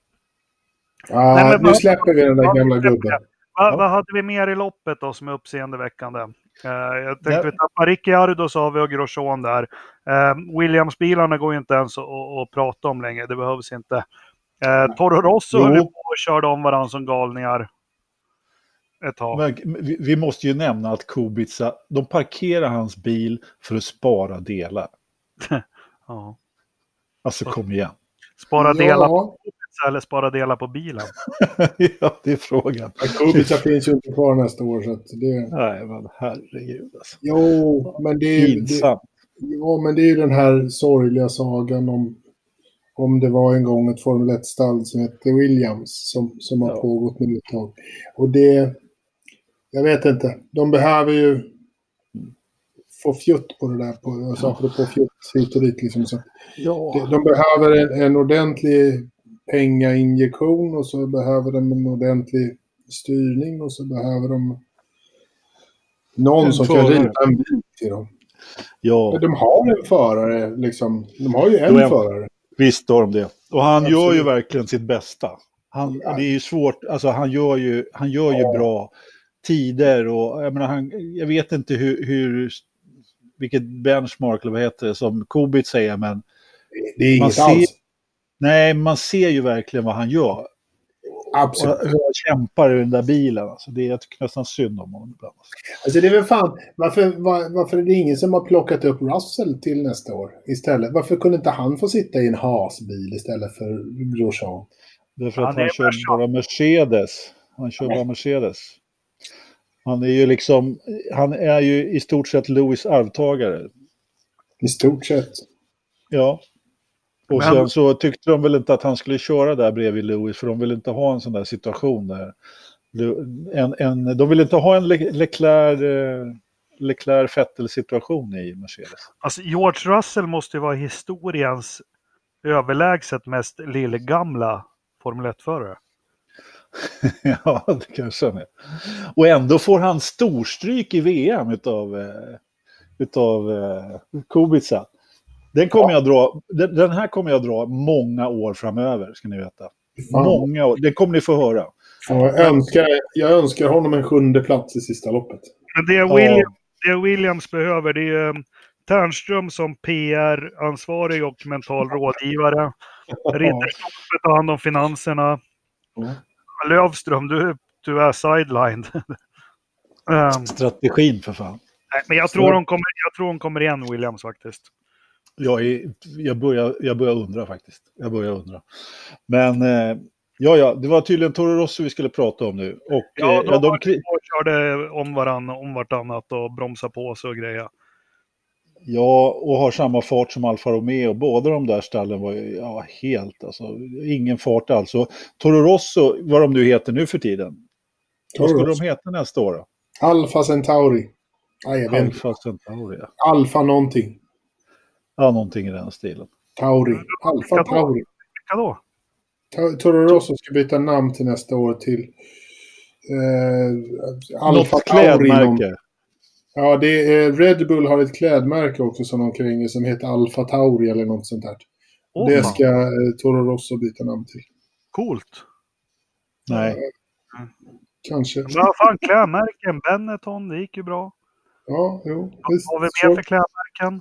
Nu släpper vi den där gamla gubben. Vad hade vi mer i loppet då som är uppseendeväckande? Jag tänkte vi tappar Ricciardo, så har vi och Grosjean där. Williams-bilarna går ju inte ens att prata om längre. Det behövs inte. Toro Rosso höll på och körde om varandra som galningar ett tag. Men vi måste ju nämna att Kubica, de parkerar hans bil för att spara delar. Ja. Alltså kom igen. Spara delar på Kubica eller spara delar på bilen? Ja, det är frågan. Kubica finns ju inte kvar nästa år. Så att det... Nej, men herregud alltså. Jo, men det är ju den här sorgliga sagan om det var en gång ett Formel 1-stall som hette Williams som har pågått med ett tag. Och det, jag vet inte, de behöver ju få fjutt på det där, på fjutt hit och dit liksom. Så de behöver en ordentlig pengainjektion och så behöver de en ordentlig styrning och så behöver de någon som kan rita en bil till dem. Ja. De har en förare liksom, de har ju en förare. Visst har de det. Och han gör ju verkligen sitt bästa. Det är ju svårt, alltså han gör ju bra tider och jag menar, jag vet inte vilket benchmark eller vad heter det som Kubica säger, men Det är inget alls. Nej, man ser ju verkligen vad han gör. Absolut. Och hur han kämpar i den där bilen. Alltså, jag tycker nästan synd om honom ibland. Alltså det är väl fan, varför är det ingen som har plockat upp Russell till nästa år istället? Varför kunde inte han få sitta i en Haas-bil istället för Grosjean? Därför att han kör bara Mercedes. Han kör bara Mercedes. Han är ju i stort sett Lewis arvtagare. I stort sett. Ja. Och sen så tyckte de väl inte att han skulle köra där bredvid Lewis, för de vill inte ha en sån där situation där. De vill inte ha en Leclerc-Vettel-situation i Mercedes. Alltså George Russell måste ju vara historiens överlägset mest lillgamla Formel 1-förare. Ja, det kanske han är. Och ändå får han storstryk i VM utav Kubica. Den här kommer jag dra många år framöver, ska ni veta. Många år. Det kommer ni få höra. Jag önskar honom en 7:e plats i sista loppet. Men det Williams behöver, det är Ternström som PR-ansvarig och mental rådgivare. Ridderstolpe tar hand om finanserna. Lövström, du är sidelined. Strategin för fan. Nej, men jag tror hon kommer igen, Williams, faktiskt. Jag börjar undra faktiskt. Men det var tydligen Toro Rosso vi skulle prata om nu. Och, de körde om vartannat och bromsade på sig och grejer. Ja, och har samma fart som Alfa Romeo. Båda de där stallen var ju helt, alltså ingen fart alls. Och Toro Rosso, vad de nu heter nu för tiden. Vad skulle de heta nästa år då? Alfa Centauri. Alfa Centauri, ja. Alfa någonting. Ja, någonting i den stilen. Tauri. Alfa Tauri. Vilka då? Toro Rosso ska byta namn till nästa år till Alfa Något Tauri. Klädmärke. Ja, det är Red Bull har ett klädmärke också som heter Alfa Tauri eller något sånt där. Det ska Toro Rosso byta namn till. Coolt. Nej. Kanske. Vad fan, klädmärken, Benetton, det gick ju bra. Ja, jo. Vad har vi mer för klädmärken?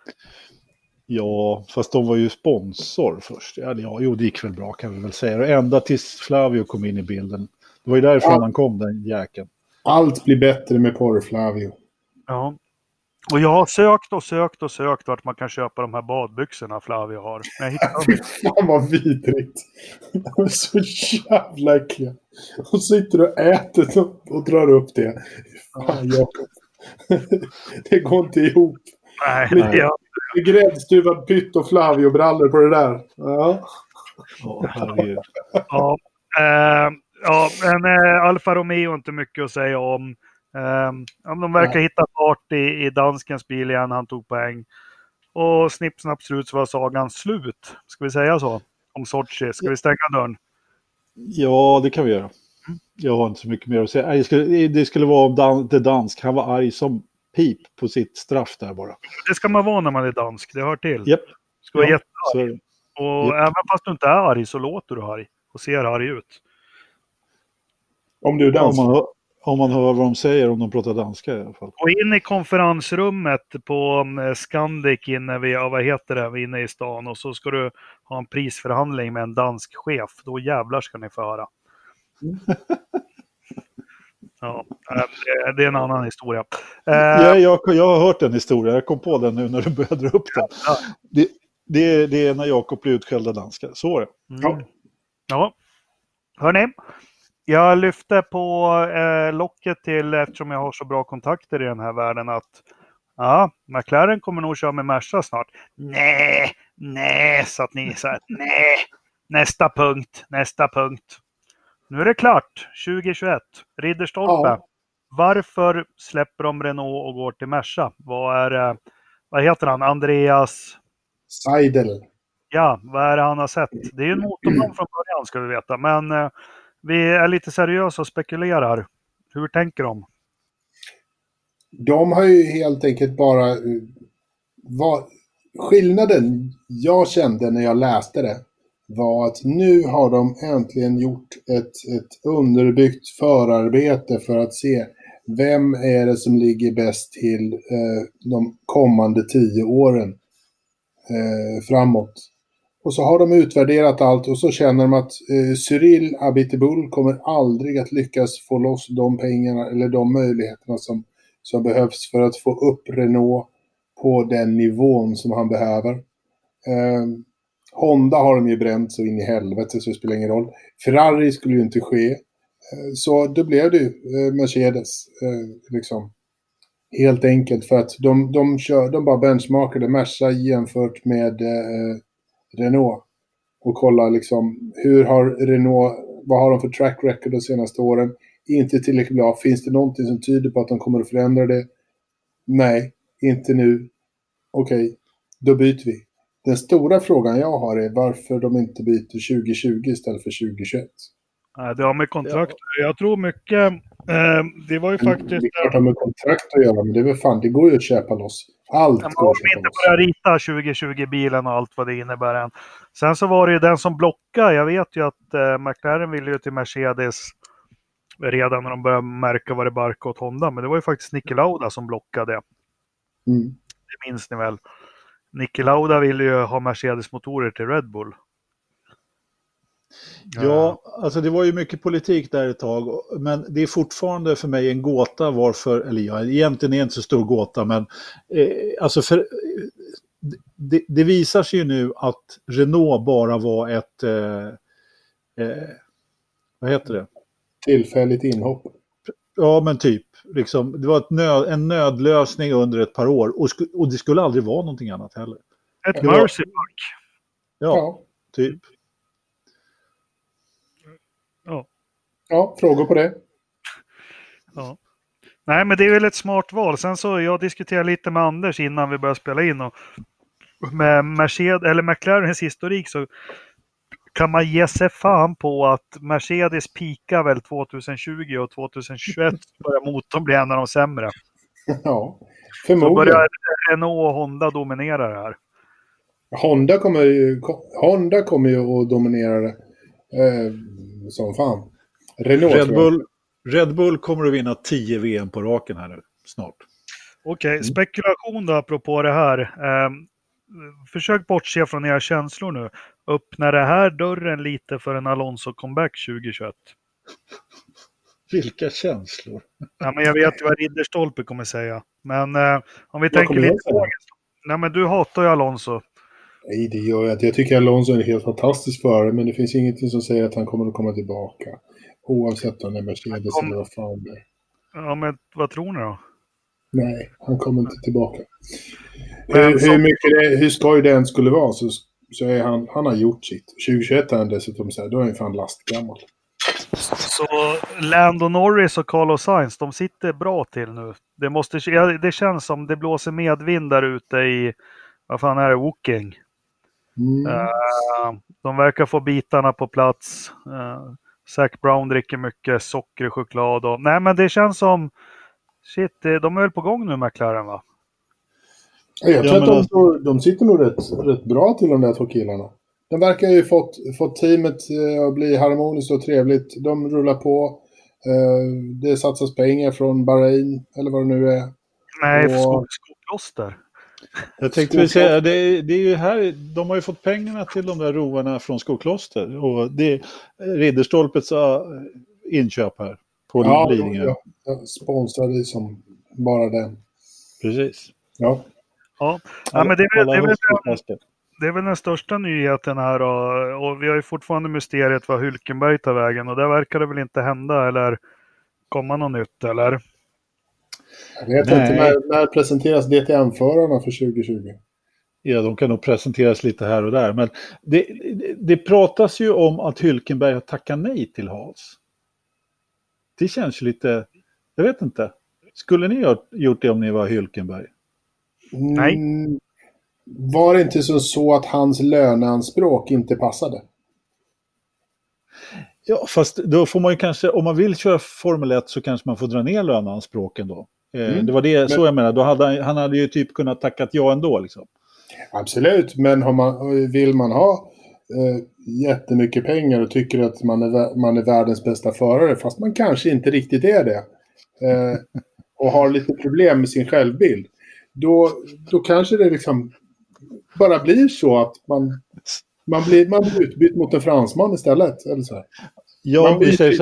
Ja, fast de var ju sponsor först. Jo, det gick väl bra kan vi väl säga. Och ända tills Flavio kom in i bilden. Det var ju därifrån han kom, den jäkeln. Allt blir bättre med Porre Flavio. Ja. Och jag har sökt vart man kan köpa de här badbyxorna Flavio har. Fy fan vad vidrigt. De är så jävla äckliga. Och sitter och äter och drar upp det. Fan, Jakob. Det går inte ihop. Nej. Gräddstuvad pytt och Flavio-brallor på det där. Ja. Men Alfa Romeo är inte mycket att säga om. De verkar hitta fart i danskens bil igen. Han tog poäng. Och snipp snapp slut så var sagan slut. Ska vi säga så? Om Sochi. Ska vi stänga dörren? Ja, det kan vi göra. Jag har inte så mycket mer att säga. Det skulle vara om det dansk. Han var arg som pip på sitt straff där bara. Det ska man vara när man är dansk. Det hör till. Yep. Ska vara jättearg. Och även fast du inte är arg så låter du arg. Och ser arg ut. Om du är dansk. Om man hör vad de säger, om de pratar danska i alla fall. Och in i konferensrummet på Scandic inne vi inne i stan. Och så ska du ha en prisförhandling med en dansk chef. Då jävlar ska ni få höra. Ja, det är en annan historia. Jag har hört den historien. Jag kom på den nu när du började dra upp den. Ja. Det är när Jakob blir utskälld av danskar. Så är det. Ja. Hörrni, jag lyfte på locket till, eftersom jag har så bra kontakter i den här världen, att McLaren kommer nog köra med Merca snart. Nej, så att ni säger nej. Nästa punkt. Nu är det klart, 2021. Ridderstolpe. Ja. Varför släpper de Renault och går till Merca? Vad heter han? Andreas Seidel. Ja, vad är det han har sett? Det är ju en motorplan från början, ska vi veta. Men vi är lite seriösa och spekulerar. Hur tänker de? De har ju helt enkelt bara... Skillnaden jag kände när jag läste det var att nu har de äntligen gjort ett underbyggt förarbete för att se vem är det som ligger bäst till de kommande 10 åren framåt. Och så har de utvärderat allt och så känner de att Cyril Abiteboul kommer aldrig att lyckas få loss de pengarna eller de möjligheterna som behövs för att få upp Renault på den nivån som han behöver. Honda har de ju bränt så in i helvete så det spelar ingen roll. Ferrari skulle ju inte ske. Så då blev det Mercedes liksom. Helt enkelt för att de bara benchmarkade Merca jämfört med Renault. Och kolla liksom hur har Renault, vad har de för track record de senaste åren? Inte tillräckligt bra. Finns det någonting som tyder på att de kommer att förändra det? Nej, inte nu. Okej, då byter vi. Den stora frågan jag har är varför de inte byter 2020 istället för 2021. Nej, det har med kontrakt. Jag tror mycket. Det var ju faktiskt. Det är klart att med kontrakt att göra, men det är väl fan, det går ju att köpa loss. Allt går att köpa loss. Inte börja rita 2020-bilen och allt vad det innebär än. Sen så var det ju den som blockade. Jag vet ju att McLaren ville ju till Mercedes redan när de började märka vad det barkade åt Honda. Men det var ju faktiskt Niki Lauda som blockade. Det minns ni väl. Niki Lauda ville ju ha Mercedes-motorer till Red Bull. Ja, alltså det var ju mycket politik där ett tag, men det är fortfarande för mig en gåta varför, eller ja, egentligen är det inte så stor gåta, men alltså det visar sig ju nu att Renault bara var ett vad heter det? Tillfälligt inhopp. Ja, men typ. Liksom, det var en nödlösning under ett par år och det skulle aldrig vara någonting annat heller. Ett mercy pack. Ja, typ. Ja, frågor på det? Ja. Nej, men det är väl ett smart val. Sen så jag diskuterade lite med Anders innan vi började spela in och med Mercedes eller McLarens historik så kan man ge sig fan på att Mercedes pikar väl 2020 och 2021 börjar motorn bli en av de sämre. Ja, förmodligen. Så börjar Renault och Honda dominera det här. Honda kommer ju att dominera det som fan. Red Bull kommer att vinna 10 VM på raken här nu, snart. Okej, spekulation då apropå det här. Försök bortse från era känslor nu. Öppnar det här dörren lite för en Alonso-comeback 2021? Vilka känslor? Ja, men jag vet vad Ridderstolpe kommer säga. Men om vi tänker lite... Nej, men du hatar ju Alonso. Nej, det gör jag inte. Jag tycker Alonso är en helt fantastisk förare, men det finns ingenting som säger att han kommer att komma tillbaka. Oavsett om det är Mercedes eller vad fan det är. Ja, men vad tror ni då? Nej, han kommer inte tillbaka. Hur skoj det än skulle vara så är han har gjort sitt. 2021 är han dessutom så här, då är han fan lastgammal. Så Lando Norris och Carlos Sainz, de sitter bra till nu. Det känns som det blåser medvind där ute i, vad fan är det, Woking. De verkar få bitarna på plats. Zac Brown dricker mycket socker och choklad. Nej, men det känns som shit, de är väl på gång nu, McLaren, va? Jag tror att de sitter nog rätt bra till de där två killarna. De verkar ju fått teamet att bli harmoniskt och trevligt. De rullar på. Det satsas pengar från Bahrain, eller vad det nu är. Nej, skokloster. Jag tänkte väl säga, det är ju här, de har ju fått pengarna till de där rovarna från Skokloster. Och det är Ridderstolpets inköp här på Lidingö. Ja, sponsrade som bara den. Precis. Ja. Ja, men det är väl den största nyheten här och vi har ju fortfarande mysteriet vad Hülkenberg tar vägen och där verkar det väl inte hända eller komma något nytt, eller? Jag vet inte, när presenteras DTM-förarna för 2020? Ja, de kan nog presenteras lite här och där, men det pratas ju om att Hülkenberg har tackat nej till Haas. Det känns ju lite, jag vet inte. Skulle ni ha gjort det om ni var Hülkenberg? Nej. Var det inte så att hans löneanspråk inte passade? Ja, fast då får man ju kanske, om man vill köra Formel 1 så kanske man får dra ner löneanspråken då. Det var det, så jag menar, då han hade ju typ kunnat tackat ja ändå liksom. Absolut, men vill man ha jättemycket pengar och tycker att man är världens bästa förare, fast man kanske inte riktigt är det. Och har lite problem med sin självbild. Då kanske det liksom bara blir så att man blir utbytt mot en fransman istället. Eller så här. Ja, om vi säger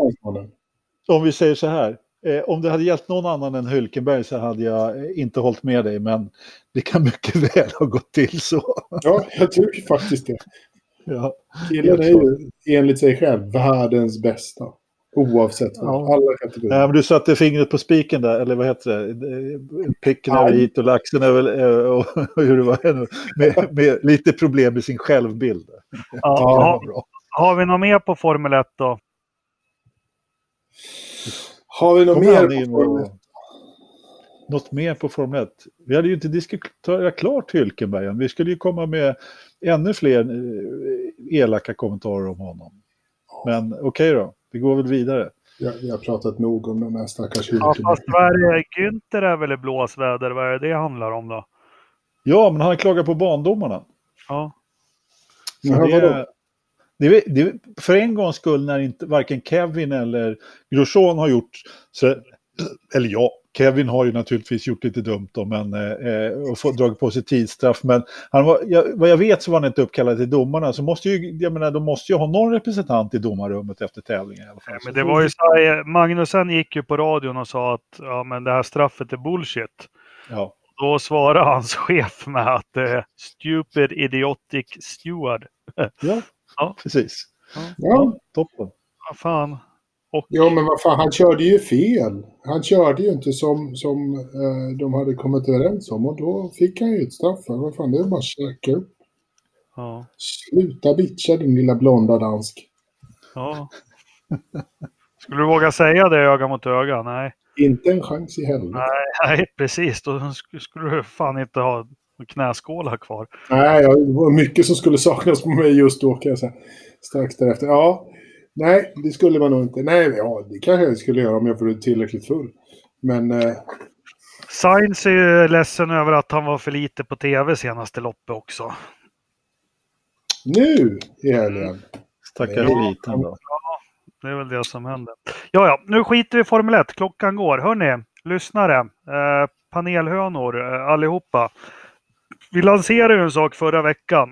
så här. Om det hade gällt någon annan än Hülkenberg så hade jag inte hållit med dig, men det kan mycket väl ha gått till så. Ja, jag tycker faktiskt det. Ja, killen är ju enligt sig själv världens bästa. Oavsett vad. Alla kategorier. Nej, men du satte fingret på spiken där, eller vad heter det? Picken över hit och laxen över, och hur det var med lite problem med sin självbild. Ja, har vi något mer på Formel 1 då? Har vi något mer på Formel 1? Något mer på Formel 1? Vi hade ju inte diskuterat klart Hülkenberg. Vi skulle ju komma med ännu fler elaka kommentarer om honom. Men okej då, vi går väl vidare. Jag har pratat nog om den här stackars Hülkenberg. Ja, fast Günther är väl i blåsväder, vad är det handlar om då? Ja, men han klagar på bandomarna. Ja. Det för en gångs skull när inte varken Kevin eller Grosjean har gjort så, eller ja, Kevin har ju naturligtvis gjort lite dumt då, men och dragit på sig tidsstraff, men vad jag vet så var han inte uppkallad till domarna, så måste ju, jag menar, de måste ju ha någon representant i domarrummet efter tävlingen i alla fall. Men det var ju så här, Magnussen gick ju på radion och sa att men det här straffet är bullshit. Ja. Då svarade hans chef med att stupid idiotic steward. Ja, precis. Ja, toppen. Vad fan. Ja, men vad fan, han körde ju fel. Han körde ju inte som de hade kommit överens om, och då fick han ju ett straff. Vad fan, det är bara att käka upp. Ja. Sluta bitcha, din lilla blonda dansk. Ja. Skulle du våga säga det öga mot öga? Nej. Inte en chans i helvete. Nej, precis. Då skulle du fan inte ha knäskålar kvar. Nej, det var mycket som skulle saknas på mig just då, kan jag säga. Strax därefter. Ja, nej, det skulle man nog inte. Nej, ja, det kanske jag skulle göra om jag vore tillräckligt full. Men... Sainz är ju ledsen över att han var för lite på tv senaste loppet också. Nu i helgen. Stackars liten då. Ja, det är väl det som händer. Ja, nu skiter vi i Formel 1. Klockan går. Hörrni, lyssnare, panelhönor, allihopa. Vi lanserade ju en sak förra veckan.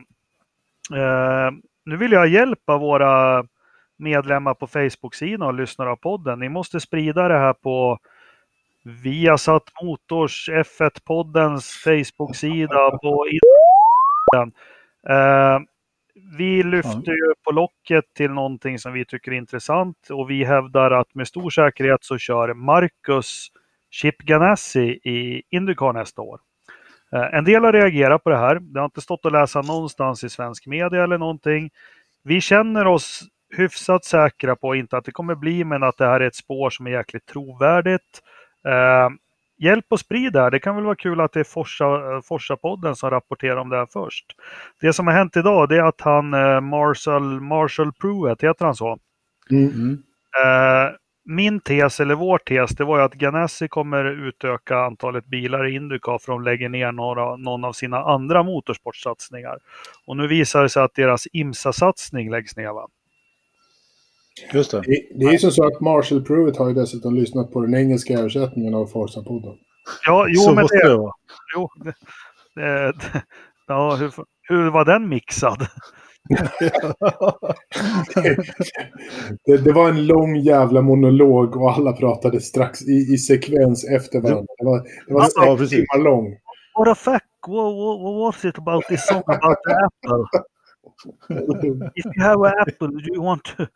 Nu vill jag hjälpa våra medlemmar på Facebook-sidan och lyssnare av podden. Ni måste sprida det här på Viasat Motors F1-poddens Facebook-sida på Instagram. Vi lyfter ju på locket till någonting som vi tycker är intressant, och vi hävdar att med stor säkerhet så kör Marcus Chip Ganassi i IndyCar nästa år. En del har reagerat på det här. Det har inte stått att läsa någonstans i svensk media eller någonting. Vi känner oss hyfsat säkra på, inte att det kommer bli, men att det här är ett spår som är jäkligt trovärdigt. Hjälp och sprid där. Det kan väl vara kul att det är Forsa-podden som rapporterar om det här först. Det som har hänt idag, det är att han Marshall Pruett, heter han så? Min tes, eller vår tes, det var ju att Ganassi kommer utöka antalet bilar i IndyCar för att de lägger ner någon av sina andra motorsportsatsningar. Och nu visar det sig att deras IMSA-satsning läggs ner, va? Just det. Det är ju så att Marshall Pruett har ju dessutom lyssnat på den engelska översättningen av Forza-podden. Ja, jo, så men måste det vara. Jo, ja, hur var den mixad? det var en lång jävla monolog och alla pratade strax i sekvens efter varandra. Det var 6 timmar lång. What the fuck? What was it about this song about the apple? If you have an apple, do you want to...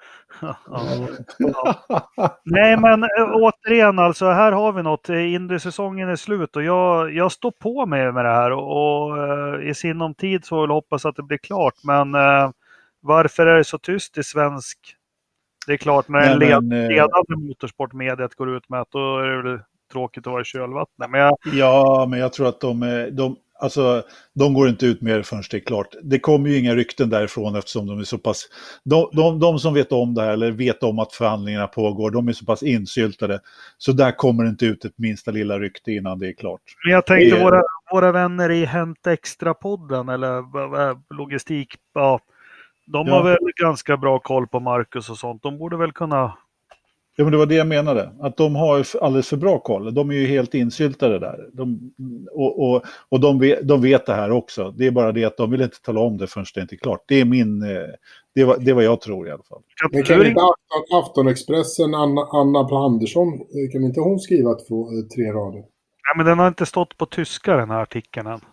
Nej, men återigen, alltså här har vi något. Indy-säsongen är slut och jag står på mig med det här, och i sinom tid så vill jag hoppas att det blir klart, men varför är det så tyst i svensk? Det är klart, när en ledande motorsportmediet går ut med att då är det tråkigt att vara i kölvattnet. Men jag tror att de går inte ut med det förrän det är klart. Det kommer ju inga rykten därifrån, eftersom de är så pass... De som vet om det här, eller vet om att förhandlingarna pågår, de är så pass insyltade. Så där kommer det inte ut ett minsta lilla rykte innan det är klart. Men jag tänkte våra vänner i Hänt Extra-podden, eller logistik... Ja, De har väl ganska bra koll på Marcus och sånt. De borde väl kunna... Ja, men det var det jag menade. Att de har alldeles för bra koll. De är ju helt insyltade där. Och de vet det här också. Det är bara det att de vill inte tala om det förrän det inte är klart. Det är det är vad jag tror i alla fall. Men kan inte Aftonexpressen, Anna Andersson, kan inte hon skriva 3 rader? Nej, men den har inte stått på tyska, den här artikeln än.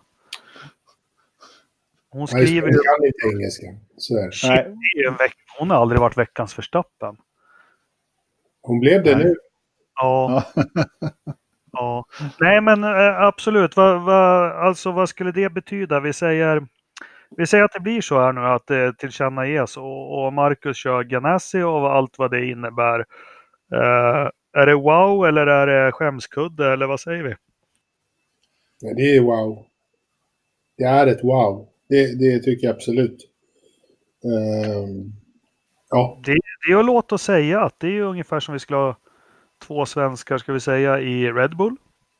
Hon skriver ju... Hon kan inte engelska. Så är det. Nej. Hon har aldrig varit veckans Verstappen. Hon blev det nu. Ja. Ja. Nej, men absolut. Vad skulle det betyda? Vi säger att det blir så här nu, att det tillkännages och Marcus kör Ganassi och allt vad det innebär. Är det wow eller är det skämskudde eller vad säger vi? Ja, det är wow. Det är ett wow. Det tycker jag absolut. Ja. Det är låt oss säga att det är ungefär som vi skulle ha 2 svenskar, ska vi säga, i Red Bull.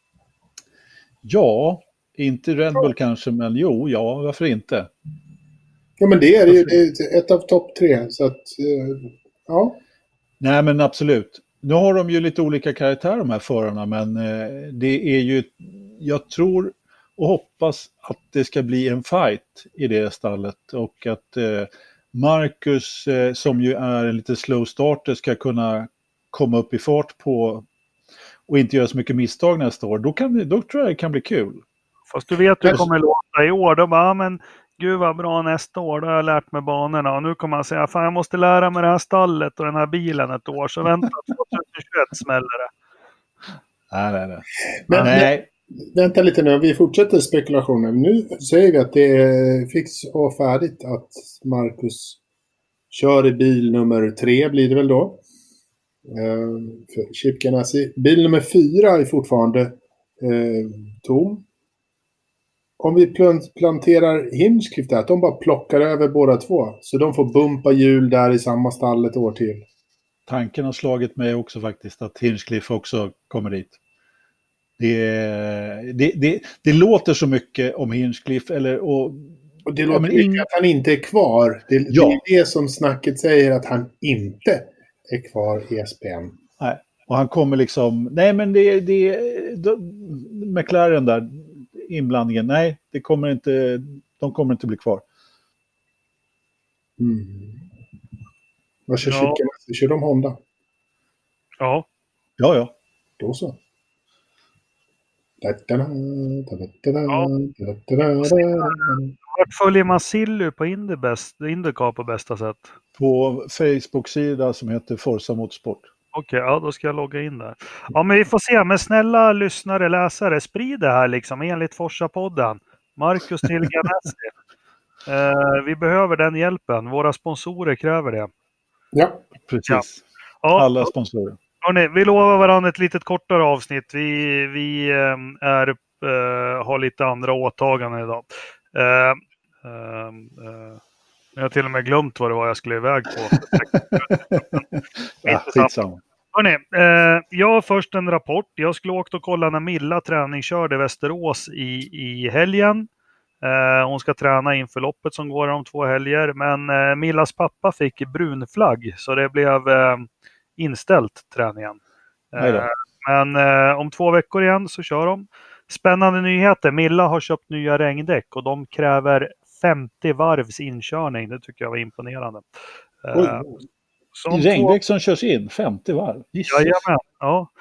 Ja, inte Red Bull kanske, men varför inte? Ja, men det är ju ett av topp 3. Så att, ja. Nej, men absolut. Nu har de ju lite olika karaktär, de här förarna, men det är ju, jag tror och hoppas att det ska bli en fight i det stallet och att Marcus, som ju är en lite slow starter, ska kunna komma upp i fart på och inte göra så mycket misstag nästa år. Då tror jag det kan bli kul. Fast du vet hur det kommer låta i år. Då bara, men gud vad bra nästa år. Då har jag lärt mig banorna. Och nu kommer man säga, fan jag måste lära mig det här stallet och den här bilen ett år. Så vänta, 2021 smäller det. Nej. Men, vänta lite nu, vi fortsätter spekulationen. Nu säger vi att det är fix och färdigt att Marcus kör i bil nummer 3 blir det väl då. För Chip Ganassi. Bil nummer 4 är fortfarande tom. Om vi planterar Hinchcliffe där, att de bara plockar över båda 2. Så de får bumpa hjul där i samma stall ett år till. Tanken har slagit mig också faktiskt att Hinchcliffe också kommer dit. Det låter så mycket om Hinchcliffe och det låter mycket att han inte är kvar. Det är det som snacket säger, att han inte är kvar i SPM. Nej, och han kommer liksom... Nej, men McLaren där, inblandningen, nej, de kommer inte bli kvar. Vad kör Chip Ganassi? Kör de Honda? Ja. Ja. Då så. Vart följer man Silly på Indycar på bästa sätt? På Facebook-sida som heter Forza Motorsport. Okej, då ska jag logga in där. Ja, men vi får se. Men snälla lyssnare, läsare, sprid det här liksom enligt Forza-podden. Marcus till Ganassi. Vi behöver den hjälpen. Våra sponsorer kräver det. Ja, precis. Ja. Alla sponsorer. Hörrni, vi lovar varandra ett litet kortare avsnitt. Vi har lite andra åtaganden idag. Jag har till och med glömt vad det var jag skulle iväg på. Hörrni, jag har först en rapport. Jag skulle åka och kolla när Milla träningskörde i Västerås i helgen. Hon ska träna inför loppet som går om 2 helger. Men Millas pappa fick brunflagg, så det blev inställt träningen. Men om 2 veckor igen så kör de. Spännande nyheter. Milla har köpt nya regndäck och de kräver 50 varvs inkörning. Det tycker jag var imponerande. Regndäck som körs in 50 varv? Jajamän, ja.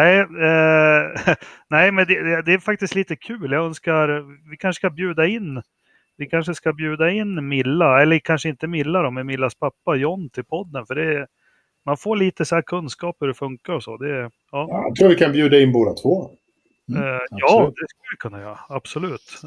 Nej, men det är faktiskt lite kul. Jag önskar, vi kanske ska bjuda in Milla, eller kanske inte Milla då, men Millas pappa John till podden, för man får lite så här kunskap hur det funkar och så. Jag tror vi kan bjuda in båda 2. Ja, det skulle vi kunna göra, absolut.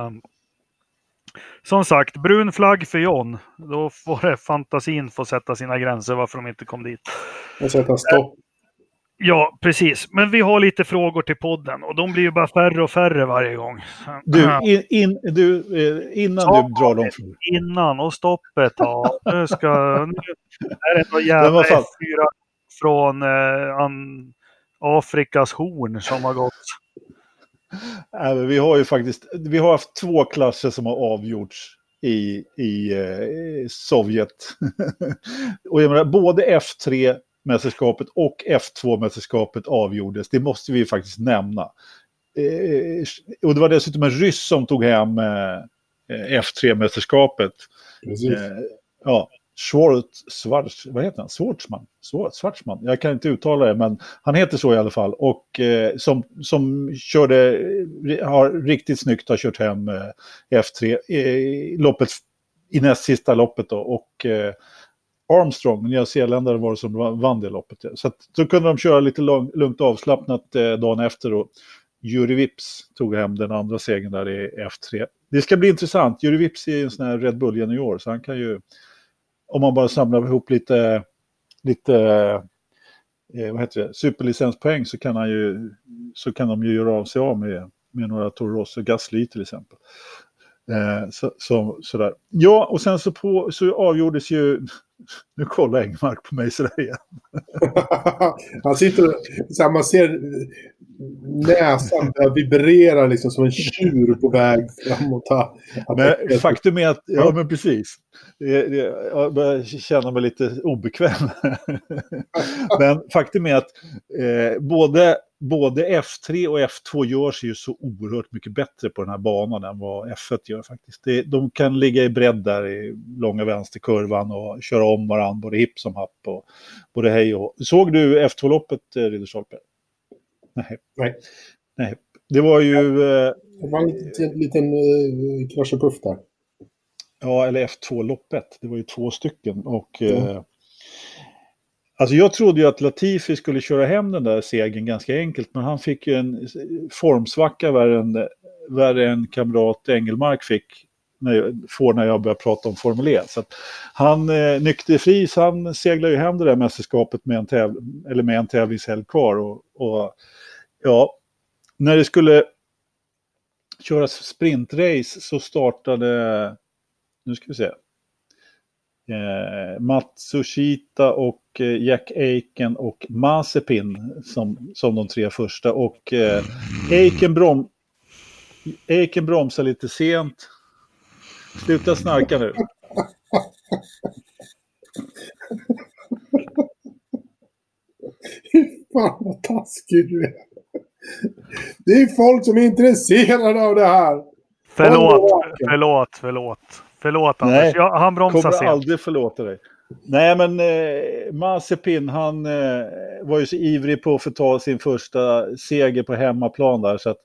Som sagt, brun flagg för John. Då får fantasin få sätta sina gränser varför de inte kom dit. Och sätta stopp. Ja, precis. Men vi har lite frågor till podden och de blir ju bara färre och färre varje gång. Innan du drar dem från. Innan och stoppet. Ja, nu är det någon jävla F4 från Afrikas horn som har gått. Vi har haft 2 klasser som har avgjorts i Sovjet. Och jag menar, både F3-mästerskapet och F2-mästerskapet avgjordes. Det måste vi faktiskt nämna. Och det var dessutom en ryss som tog hem F3-mästerskapet. Precis. Ja, vad heter han? Schwartzman. Jag kan inte uttala det, men han heter så i alla fall. Och som har riktigt snyggt har kört hem F3 loppet i näst sista loppet då. Och Armstrong, nyzeeländare, var det som vann det loppet. Så att, så kunde de köra lite lugnt avslappnat dagen efter och Juri Vips tog hem den andra segern där i F3. Det ska bli intressant. Juri Vips är en sån här Red Bull junior, så han kan ju, om man bara samlar ihop lite vad heter det, superlicenspoäng, så kan de ju göra av sig av med några Toro Rosso Gasly till exempel. Sådär. Ja, och sen så avgjordes ju, nu kollar Engmark på mig sådär igen. Han sitter så här, man ser näsan vibrerar liksom som en tjur på väg framåt. Men faktum är att, ja men precis, jag börjar känna mig lite obekväm. Men faktum är att både F3 och F2 gör sig ju så oerhört mycket bättre på den här banan än vad F1 gör faktiskt. De kan ligga i bredd där i långa vänsterkurvan och köra om varandra både hipp som happ och både hej och... Såg du F2-loppet, Ridderstolpe? Nej. Det var ju... Det var en liten kraschepuff där. Ja, eller F2-loppet. Det var ju 2 stycken och... Alltså jag trodde ju att Latifi skulle köra hem den där segern ganska enkelt, men han fick ju en formsvacka värre än kamrat Engelmark fick när jag började prata om Formel 1. Så att han nykter fri, så han seglar ju hem det där mästerskapet med en tävlingshelg kvar och ja, när det skulle köras sprintrace så startade, nu ska vi se, Matsushita och Jack Aiken och Mazepin som de 3 första, och Aiken bromsar lite sent. Sluta snarka nu. Fan vad taskig du är. Det är folk som är intresserade av det här. Förlåt Anders. Ja, han bromsar kommer sent. Aldrig förlåta dig. Nej, men Mazepin, han var ju så ivrig på att få ta sin första seger på hemmaplan där, så att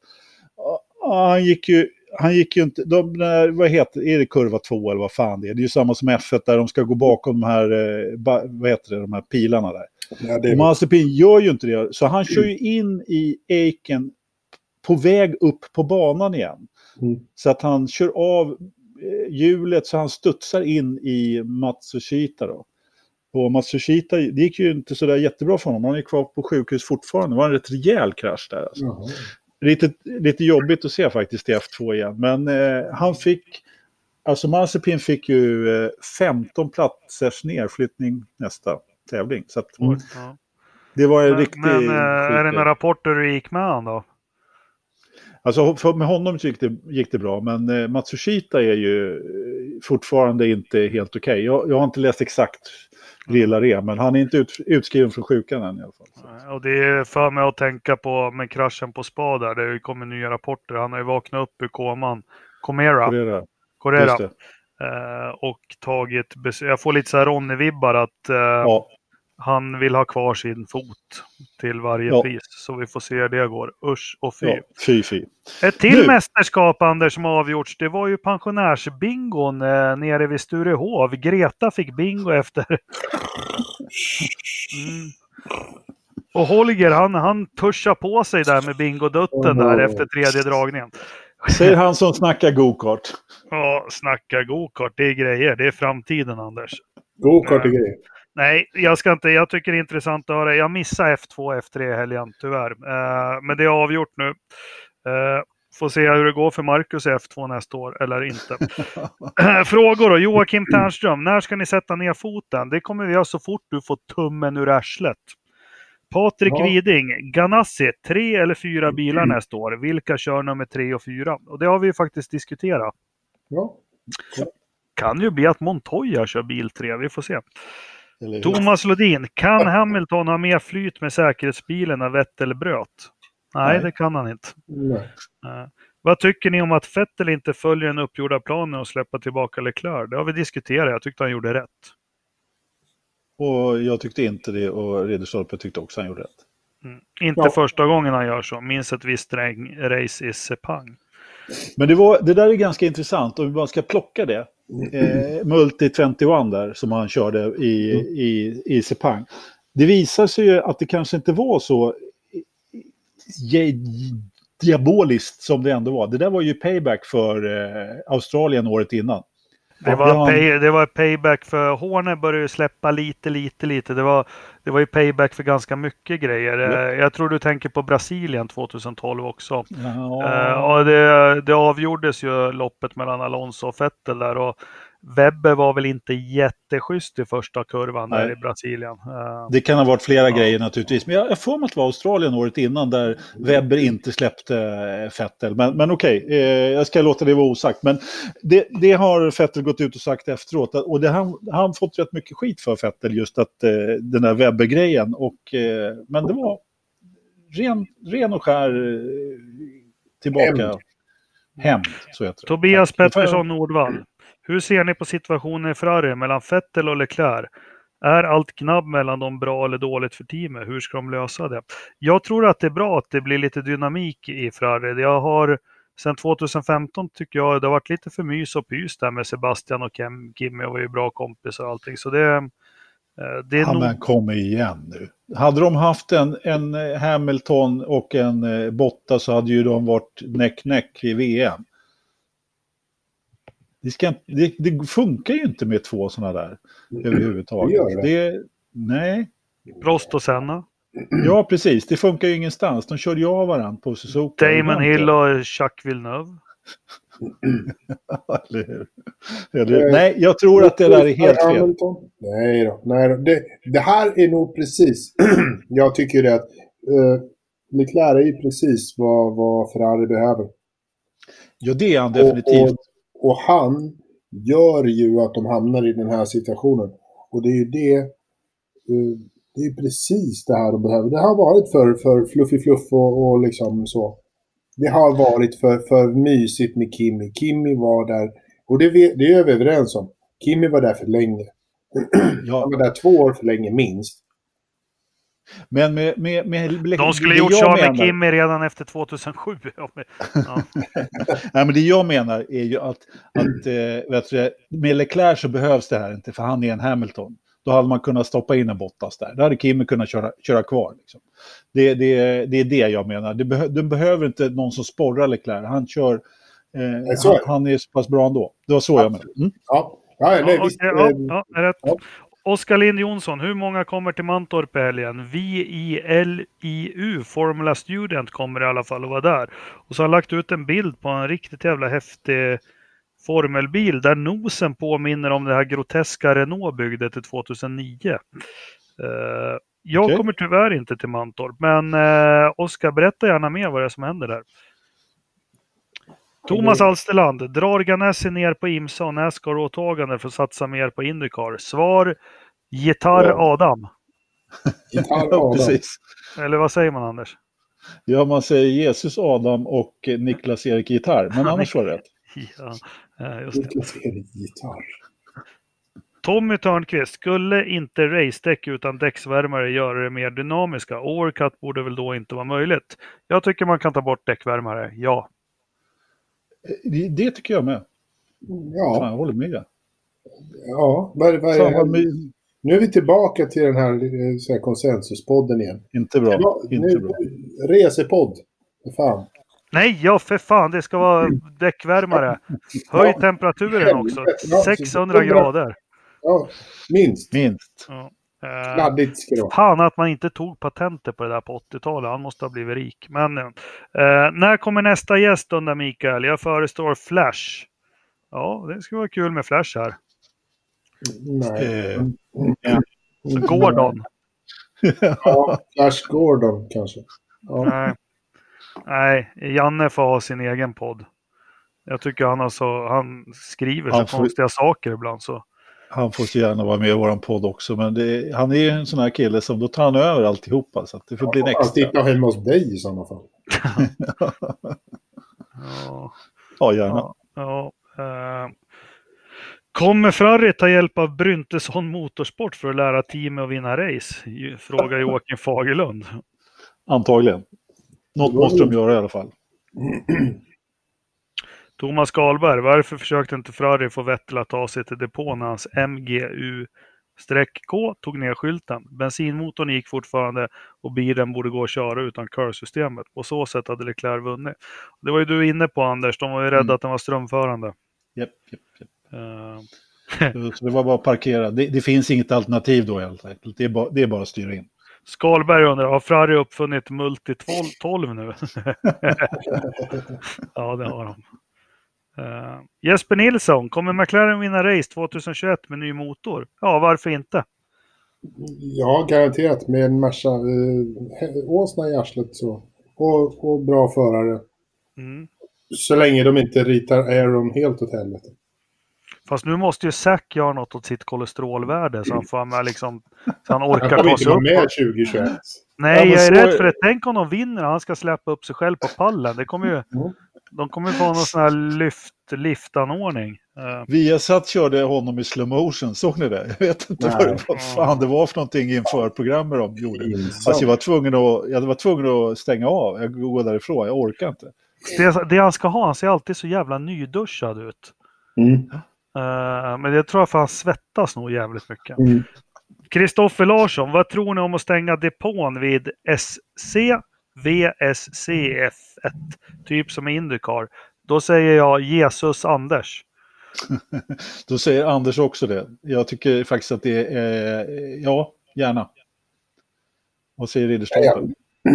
han gick ju inte, vad heter, är det kurva 2 eller vad fan det är? Det är ju samma som F1 där de ska gå bakom de här, vad heter det, de här pilarna där. Ja, Mazepin gör ju inte det, så han kör ju in i Aiken på väg upp på banan igen. Så att han kör av hjulet, så han studsar in i Matsushita då. Och Matsushita, det gick ju inte så där jättebra för honom. Han är kvar på sjukhus fortfarande. Det var en rätt rejäl krasch där alltså. Lite jobbigt att se faktiskt i F2 igen. Men han fick, alltså Mazepin fick ju 15 platsers nedflyttning nästa tävling. Så att, det var en riktig... Men är det några rapporter du gick med han då? Alltså med honom gick det bra, men Matsushita är ju fortfarande inte helt okej. Jag har inte läst exakt lilla det, men han är inte utskriven från sjukan än i alla fall. Och det är för mig att tänka på med kraschen på Spa där. Det kommer nya rapporter. Han har ju vaknat upp ur koman. Correra. Och tagit... Jag får lite så här Ronny-vibbar att... Han vill ha kvar sin fot till varje pris. Så vi får se hur det går. Usch och fy. Ja, fy. Ett till mästerskap, Anders, som avgjorts. Det var ju pensionärsbingon nere vid Sturehov. Greta fick bingo efter. Och Holger, han tuschar på sig där med bingodutten där efter 3:e dragningen. Säger han som snackar go-kart. Ja, snackar go-kart. Det är grejer. Det är framtiden, Anders. Go-kart är grejer. Nej, jag tycker det är intressant att höra. Jag missar F2 efter det helgen, tyvärr. Men det är avgjort nu. Får se hur det går för Marcus F2 nästa år, eller inte. Frågor då. Joakim Ternström, när ska ni sätta ner foten? Det kommer vi göra så fort du får tummen ur arslet. Patrik Widing, Ganassi, 3 eller 4 bilar nästa år. Vilka kör nummer 3 och 4? Och det har vi ju faktiskt diskuterat. Ja. kan ju bli att Montoya kör bil 3, vi får se. Thomas Lodin, kan Hamilton ha mer flyt med säkerhetsbilen när Vettel bröt? Nej, det kan han inte. Vad tycker ni om att Vettel inte följer den uppgjorda planen och släpper tillbaka Leclerc? Det har vi diskuterat, jag tyckte han gjorde rätt. Och jag tyckte inte det, och Ridderstolpe tyckte också han gjorde rätt. Inte första gången han gör så. Minns ett visst race i Sepang. Men det där är ganska intressant, om vi bara ska plocka det. Multi 21 där som han körde i Sepang. Det visar sig ju att det kanske inte var så diaboliskt som det ändå var. Det där var ju payback för Australien året innan. Det var payback för Horner började ju släppa lite. Det var ju payback för ganska mycket grejer. Jag tror du tänker på Brasilien 2012 också. Och det avgjordes ju loppet mellan Alonso och Vettel där, och Webber var väl inte jätteschysst i första kurvan där i Brasilien. Det kan ha varit flera grejer naturligtvis. Men jag får mig att det var Australien året innan där Webber inte släppte Vettel. Men okej, jag ska låta det vara osagt. Men det har Vettel gått ut och sagt efteråt. Och han fått rätt mycket skit för Vettel, just att den där Webber-grejen. Men det var ren och skär tillbaka hem. Så heter det. Tobias Pettersson Nordvall. Hur ser ni på situationen i Ferrari mellan Vettel och Leclerc? Är allt gnabb mellan dem bra eller dåligt för teamet? Hur ska de lösa det? Jag tror att det är bra att det blir lite dynamik i Ferrari. Jag har sen 2015 tycker jag det har varit lite för mys och pys där med Sebastian och Kimi var ju bra kompisar och allting. Så det är men kom igen nu. Hade de haft en Hamilton och en Bottas så hade ju de varit näck i VM. Det funkar ju inte med två sådana där överhuvudtaget. Nej. Prost och Senna. Ja, precis. Det funkar ju ingenstans. De körde ju av varandra på Suzuka. Damon Hill och Jacques Villeneuve. Nej, jag tror att det där är helt fel. Nej då. Det här är nog precis. Jag tycker det att Leclerc är ju precis vad Ferrari behöver. Ja, det är han definitivt. Och han gör ju att de hamnar i den här situationen. Och det är ju det är precis det här de behöver. Det har varit för fluff och liksom så. Det har varit för mysigt med Kimi. Kimi var där, och det är vi överens om. Kimi var där för länge. Ja. Han var där 2 år för länge minst. Men med de skulle gjort så med Kimi redan efter 2007. Ja. Nej, men det jag menar är ju att vet du, med Leclerc så behövs det här inte, för han är en Hamilton. Då hade man kunnat stoppa in en Bottas där. Då hade Kimi kunnat köra kvar. Liksom. Det är det jag menar. Du behöver inte någon som sporrar Leclerc. Han kör... han är så pass bra ändå. Det var så jag menar. Mm. Ja, rätt. Ja. Oskar Lind Jonsson, hur många kommer till Mantorp i helgen? VILIU, Formula Student, kommer i alla fall att vara där. Och så har han lagt ut en bild på en riktigt jävla häftig formelbil där nosen påminner om det här groteska Renault byggde till 2009. Jag kommer tyvärr inte till Mantorp, men Oskar, berätta gärna mer vad det är som händer där. Thomas Alsterland, drar Ganassi ner på IMSA och NASCAR-åtagande för att satsa mer på IndyCar? Svar, Gitarr Adam. Gitarr Adam. Precis. Eller vad säger man, Anders? Ja, man säger Jesus Adam och Niklas Erik Gitarr, men annars var det rätt. Ja, just det. Niklas Erik Gitarr. Tommy Törnqvist, skulle inte racedäck utan däcksvärmare göra det mer dynamiska? Overcut borde väl då inte vara möjligt? Jag tycker man kan ta bort däckvärmare, ja. Det tycker jag med. Ja. Fan, jag håller med. Ja, nu är vi tillbaka till den här konsensuspodden igen. Inte bra. Inte bra. Resepodd. Fan. Nej, ja för fan, det ska vara däckvärmare. Höj temperaturen också. 600 grader. Ja, minst. Ja. Kladdigt ska det vara. Fan att man inte tog patentet på det där på 80-talet. Han måste ha blivit rik. Men när kommer nästa gäst under Mikael? Jag förestår Flash. Ja, det ska vara kul med Flash här. Nej. Så Gordon. Ja, Flash Gordon kanske. Ja. Nej, Janne får ha sin egen podd. Jag tycker han skriver så konstiga saker ibland. Så. Han får så gärna vara med i våran podd också, men han är ju en sån här kille som då tar han över alltihopa, så att det får bli en extra. Han sitter hemma hos dig i sådana fall. Ja, gärna. Ja. Kommer Ferrari ta hjälp av Bryntesson Motorsport för att lära teamet att vinna race? Frågar Joakim Fagerlund. Antagligen. Något måste de göra i alla fall. Thomas Karlberg, varför försökte inte Ferrari få Vettel att ta sig till depån när hans MGU-K tog ner skylten? Bensinmotorn gick fortfarande och bilen borde gå och köra utan cursystemet. På så sätt hade Leclerc vunnit. Det var ju du inne på, Anders. De var ju rädda att den var strömförande. Japp. Så det var bara att parkera. Det finns inget alternativ då helt enkelt. Det är bara att styra in. Skalberg undrar, har Ferrari uppfunnit Multi-12 nu? Ja, det har de. Jesper Nilsson, kommer McLaren vinna race 2021 med ny motor? Ja, varför inte? Ja, garanterat med en massa åsna i arslet så. Och bra förare. Mm. Så länge de inte ritar Aaron helt åt helvete. Fast nu måste ju Zac göra något åt sitt kolesterolvärde så han får med liksom, så han orkar ta sig upp. Med 2021. Nej, jag är rädd för det. Tänk om de vinner och han ska släppa upp sig själv på pallen. Det kommer ju, de kommer få någon sån här liftanordning. Viasat körde honom i slow motion, såg ni det? Jag vet inte vad fan det var för någonting inför programmet de gjorde. Alltså jag var tvungen att stänga av. Jag går därifrån, jag orkar inte. Det han ska ha, han ser alltid så jävla nyduschad ut. Men jag tror att han svettas nog jävligt mycket. Kristoffer Larsson, vad tror ni om att stänga depån vid VSCF1, typ som Indycar? Då säger jag Jesus Anders. Då säger Anders också det. Jag tycker faktiskt att det är, ja, gärna. Vad säger Ridderstolpe?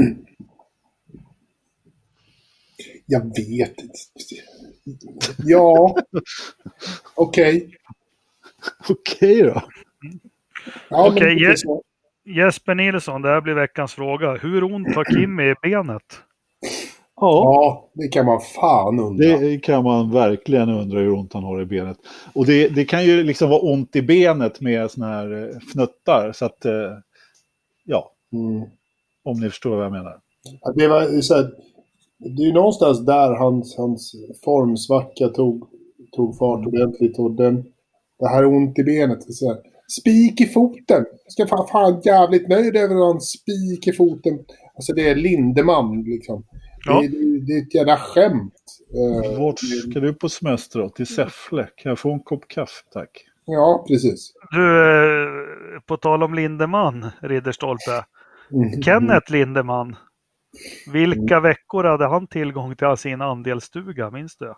Jag vet inte. Ja. Okej. Okej då. Ja, okej, Jesper Nilsson, det här blir veckans fråga. Hur ont har Kimi i benet? Ja, det kan man fan undra. Det kan man verkligen undra hur ont han har i benet. Och det kan ju liksom vara ont i benet med såna här fnuttar. Så att, ja. Om ni förstår vad jag menar. Det var så här, det är ju någonstans där hans formsvacka tog fart ordentligt. Och det här ont i benet. Så här, spik i foten. Jag ska fan jävligt nöjd över hans spik i foten. Alltså det är Lindemann liksom. Ja. Det är ett jävla skämt. Vart ska du på semester då? Till Säffle? Kan jag få en kopp kaffe, tack? Ja, precis. Du, på tal om Lindemann, Ridderstolpe. Kenneth Lindemann. Vilka veckor hade han tillgång till sin andelsstuga, minns du?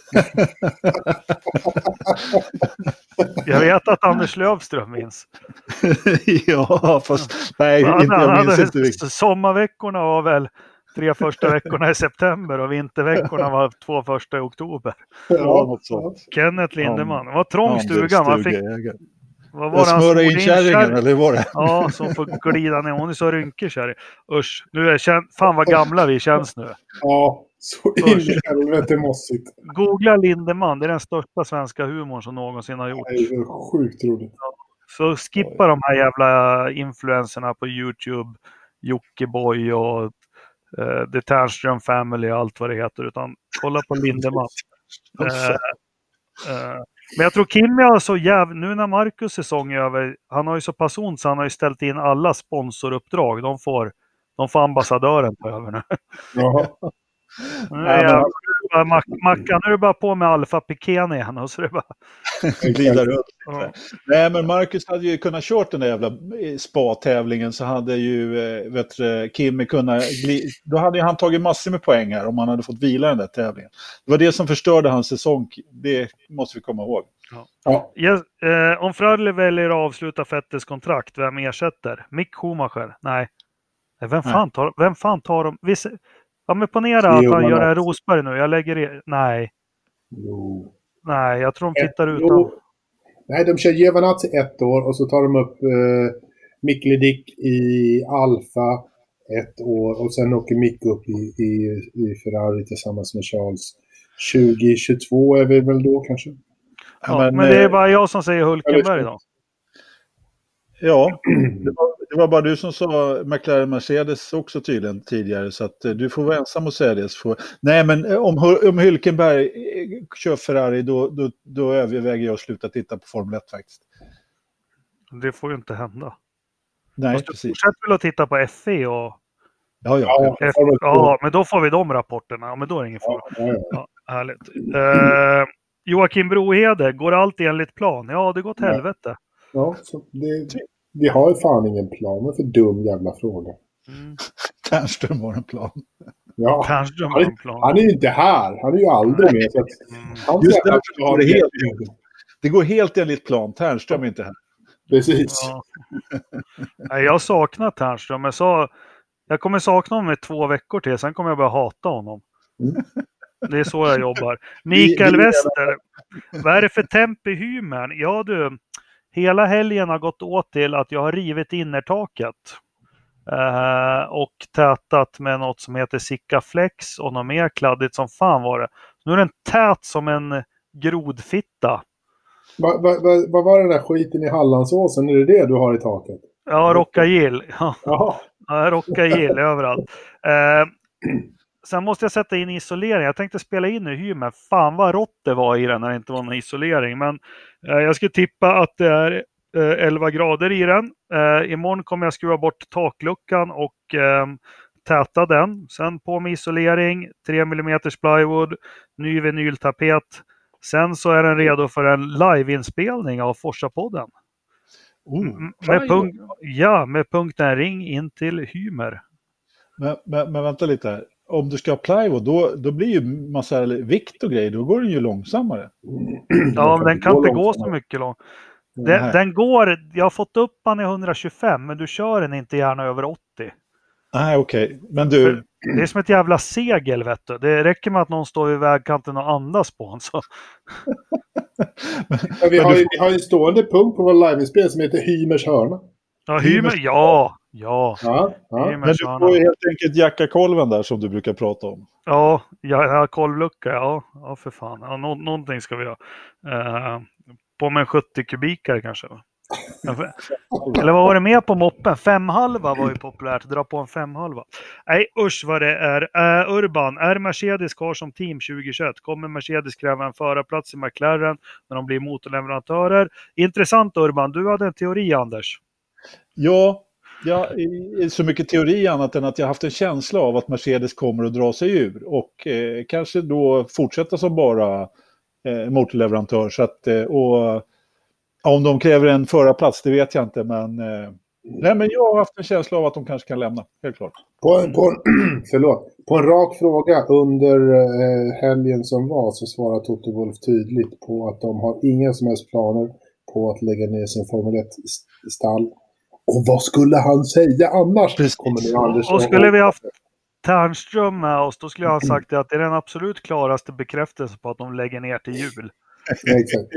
Jag vet att Anders Löfström minns. Ja, fast nej, jag minns inte riktigt. Sommarveckorna var väl 3 första veckorna i september och vinterveckorna var 2 första i oktober. Ja, något sånt. Kenneth Lindemann. Det var trång stuga. Man fick... Jag smörde in kärringen, eller var det? Ja, som får glida ner. Hon är så rynkig, kärring. Usch, nu är fan vad gamla vi känns nu. Ja, så in i helvete mossigt. Googla Lindemann, det är den största svenska humorn som någonsin har gjorts. Det är sjukt roligt. Ja. Så skippa de här jävla influencerna på YouTube, Jockiboi och The Ternström Family och allt vad det heter, utan kolla på Lindemann. Men jag tror Kimi har så nu när Marcus säsong är över, han har ju så pass ont så han har ju ställt in alla sponsoruppdrag. De får ambassadören ta över nu. Mackan, nu är det bara på med Alfa Piken igen och så är det bara glida runt. Nej, men Marcus hade ju kunnat kört den där jävla spa-tävlingen, så hade ju Kimi kunnat då hade ju han tagit massor med poäng här om han hade fått vila den där tävlingen. Det var det som förstörde hans säsong, det måste vi komma ihåg. Om Ferrari väljer att avsluta Vettels kontrakt, vem ersätter? Mick Schumacher? Nej. Vem fan tar dem? Ja, men ponera att han gör det här Rosberg nu. Jag lägger i... Nej. Jo. Nej, jag tror de tittar utan. Nej, de kör Giovinazzi 1 år och så tar de upp Mick Dick i Alfa 1 år och sen åker Mick upp i Ferrari tillsammans med Charles 2022 är vi väl då kanske. Ja, men det är bara jag som säger Hulkenberg då. Ja, det var bara du som sa McLaren Mercedes också tydligen tidigare, så att du får vara ensam och säga det. Nej, men om Hülkenberg kör Ferrari då överväger jag att sluta titta på Formel 1 faktiskt. Det får ju inte hända. Nej, fast precis. Du fortsätter väl att titta på F1 och... Ja. Men då får vi de rapporterna. Ja, men då är det ingen fara. Ja, härligt. Joakim Brohede, går allt enligt plan? Ja, det går åt helvete. Ja, så vi har ju fan ingen plan. Vad för dum jävla fråga. Ternström har en plan. Ja, Ternström har en plan. Han är ju inte här. Han är ju aldrig med. Så att just därför går det går helt enligt plan. Ternström är inte här. Precis. Ja. Nej, jag saknar Ternström. Jag kommer sakna honom i 2 veckor till. Sen kommer jag börja hata honom. Det är så jag jobbar. Mikael Wester. Vad är det för temp i Hymern? Ja du, hela helgen har gått åt till att jag har rivit innertaket. Och tätat med något som heter Sika Flex och något mer kladdigt som fan var det. Nu är den tät som en grodfitta. Vad var den där skiten i Hallandsåsen? Är det du har i taket? Ja, Rockagill. Ja, Rockagill överallt. Sen måste jag sätta in isolering. Jag tänkte spela in i Hymen. Fan vad rått det var i den när det inte var någon isolering. Men jag skulle tippa att det är 11 grader i den. Imorgon kommer jag skruva bort takluckan och täta den. Sen på med isolering, 3 mm plywood, ny vinyltapet. Sen så är den redo för en liveinspelning av Forsa-podden. Med punkten ring in till Hymer. Men vänta lite här. Om du ska ha plywood, då blir ju massa vikt och grejer. Då går den ju långsammare. Ja, men den kan inte gå så mycket långt. Den går, jag har fått upp den i 125, men du kör den inte gärna över 80. Nej, okej. Men du... Det är som ett jävla segel, vet du. Det räcker med att någon står vid vägkanten och andas på en. Så. Vi har ju stående punkt på vår liveinspel som heter Hymers hörna. Ja, Hymer, ja. Men du får ju helt enkelt jacka kolven där som du brukar prata om. Ja, jag har kolvlucka. Ja, för fan. Ja, någonting ska vi göra. På med en 70 kubikare kanske. Eller vad var det med på moppen? 5,5 var ju populärt. Dra på en 5,5. Nej, usch vad det är. Urban, är Mercedes kvar som team 2021? Kommer Mercedes kräva en förarplats i McLaren när de blir motorleverantörer? Intressant Urban, du hade en teori Anders. Ja, så mycket teori annat än att jag haft en känsla av att Mercedes kommer att dra sig ur och kanske då fortsätta som bara motorleverantör. Så att, om de kräver en förarplats, det vet jag inte, men jag har haft en känsla av att de kanske kan lämna, helt klart. På en rak fråga under helgen som var så svarade Toto Wolff tydligt på att de har inga som helst planer på att lägga ner sin Formel 1-stall. Och vad skulle han säga annars? Och skulle vi haft Ternström med oss, då skulle jag ha sagt att det är den absolut klaraste bekräftelsen på att de lägger ner till jul. Exakt.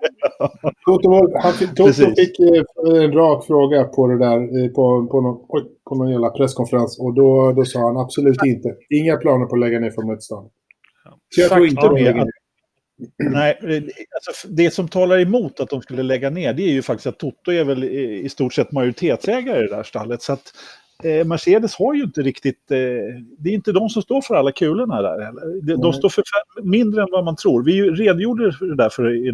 Toto fick en rak fråga på det där på någon jävla presskonferens och då sa han absolut inte. Inga planer på att lägga ner Formel 1-stan. Så jag tror inte det. Nej, alltså det som talar emot att de skulle lägga ner, det är ju faktiskt att Toto är väl i stort sett majoritetsägare i det där stallet. Så att Mercedes har ju inte riktigt, det är inte de som står för alla kulorna där. De står för mindre än vad man tror. Vi redogjorde för det där för i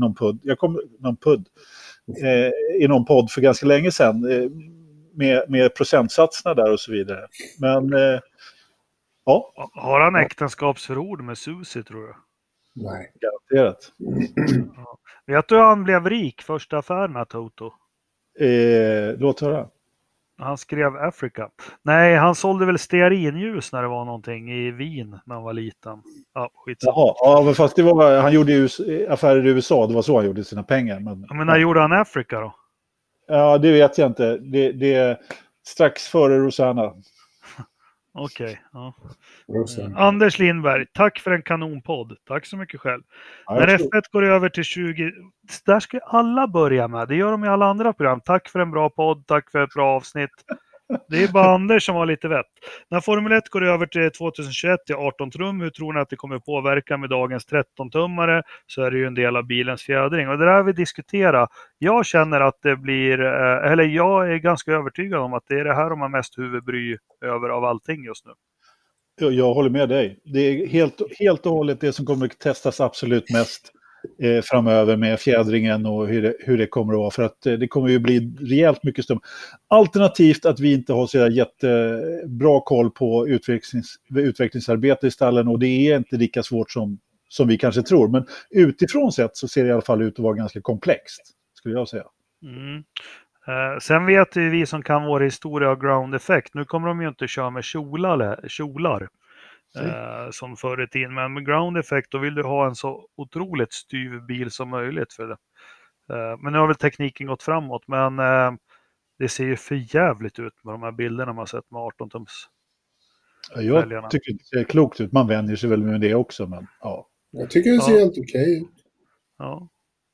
någon podd för ganska länge sedan med procentsatserna där och så vidare. Men ja. Har han äktenskapsförord med Susie, tror jag? Nej. Garanterat. Ja. Vet du hur han blev rik första affärerna, Toto? Låt höra. Han skrev Africa. Nej, han sålde väl stearinljus när det var någonting i Wien när han var liten. Ja, skitsamma. Ja, men fast han gjorde ju affärer i USA. Det var så han gjorde sina pengar. Men när gjorde han Africa då? Ja, det vet jag inte. Det är strax före Rosanna. Okej. Ja. Anders Lindberg, tack för en kanonpodd. Tack så mycket själv. Ja, när F1 går över till 20... Där ska alla börja med. Det gör de i alla andra program. Tack för en bra podd. Tack för ett bra avsnitt. Det är bara Anders som har lite vett. När Formel 1 går över till 2021 till 18 tum, hur tror ni att det kommer påverka med dagens 13-tummare? Så är det ju en del av bilens fjädring. Och det där vi diskuterar. Jag känner att det blir, eller jag är ganska övertygad om att det är det här de har mest huvudbry över av allting just nu. Jag håller med dig. Det är helt och hållet det som kommer att testas absolut mest framöver med fjädringen och hur det kommer att vara. För att det kommer ju bli rejält mycket större. Alternativt att vi inte har så jättebra koll på utvecklingsarbete i stallen, och det är inte lika svårt som vi kanske tror. Men utifrån sett så ser det i alla fall ut att vara ganska komplext, skulle jag säga. Mm. Sen vet vi som kan vår historia av ground effect. Nu kommer de ju inte köra med kjolar som förr i tiden. Men med ground effect då vill du ha en så otroligt styv bil som möjligt för det. Men nu har väl tekniken gått framåt. Men det ser ju för jävligt ut med de här bilderna man sett med 18-tums. Jag tycker det ser klokt ut. Man vänjer sig väl med det också. Men, ja. Jag tycker det ser helt okej ut. Ja.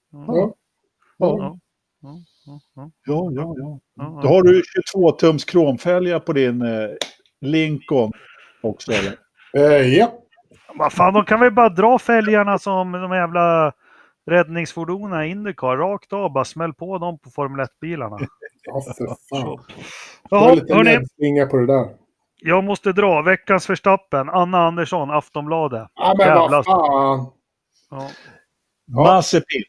Då har du 22-tums kromfälgar på din Lincoln också, eller? Ja. Vad fan, de kan väl bara dra fälgarna som de jävla räddningsfordonen i Indycar rakt av, bara smäll på dem på Formel 1-bilarna. Ja, för fan. Jaha, hörni. Springa på det där. Jag måste dra veckans Verstappen. Anna Andersson, Aftonbladet. Ja, men vad fan. Ja. Mazepin.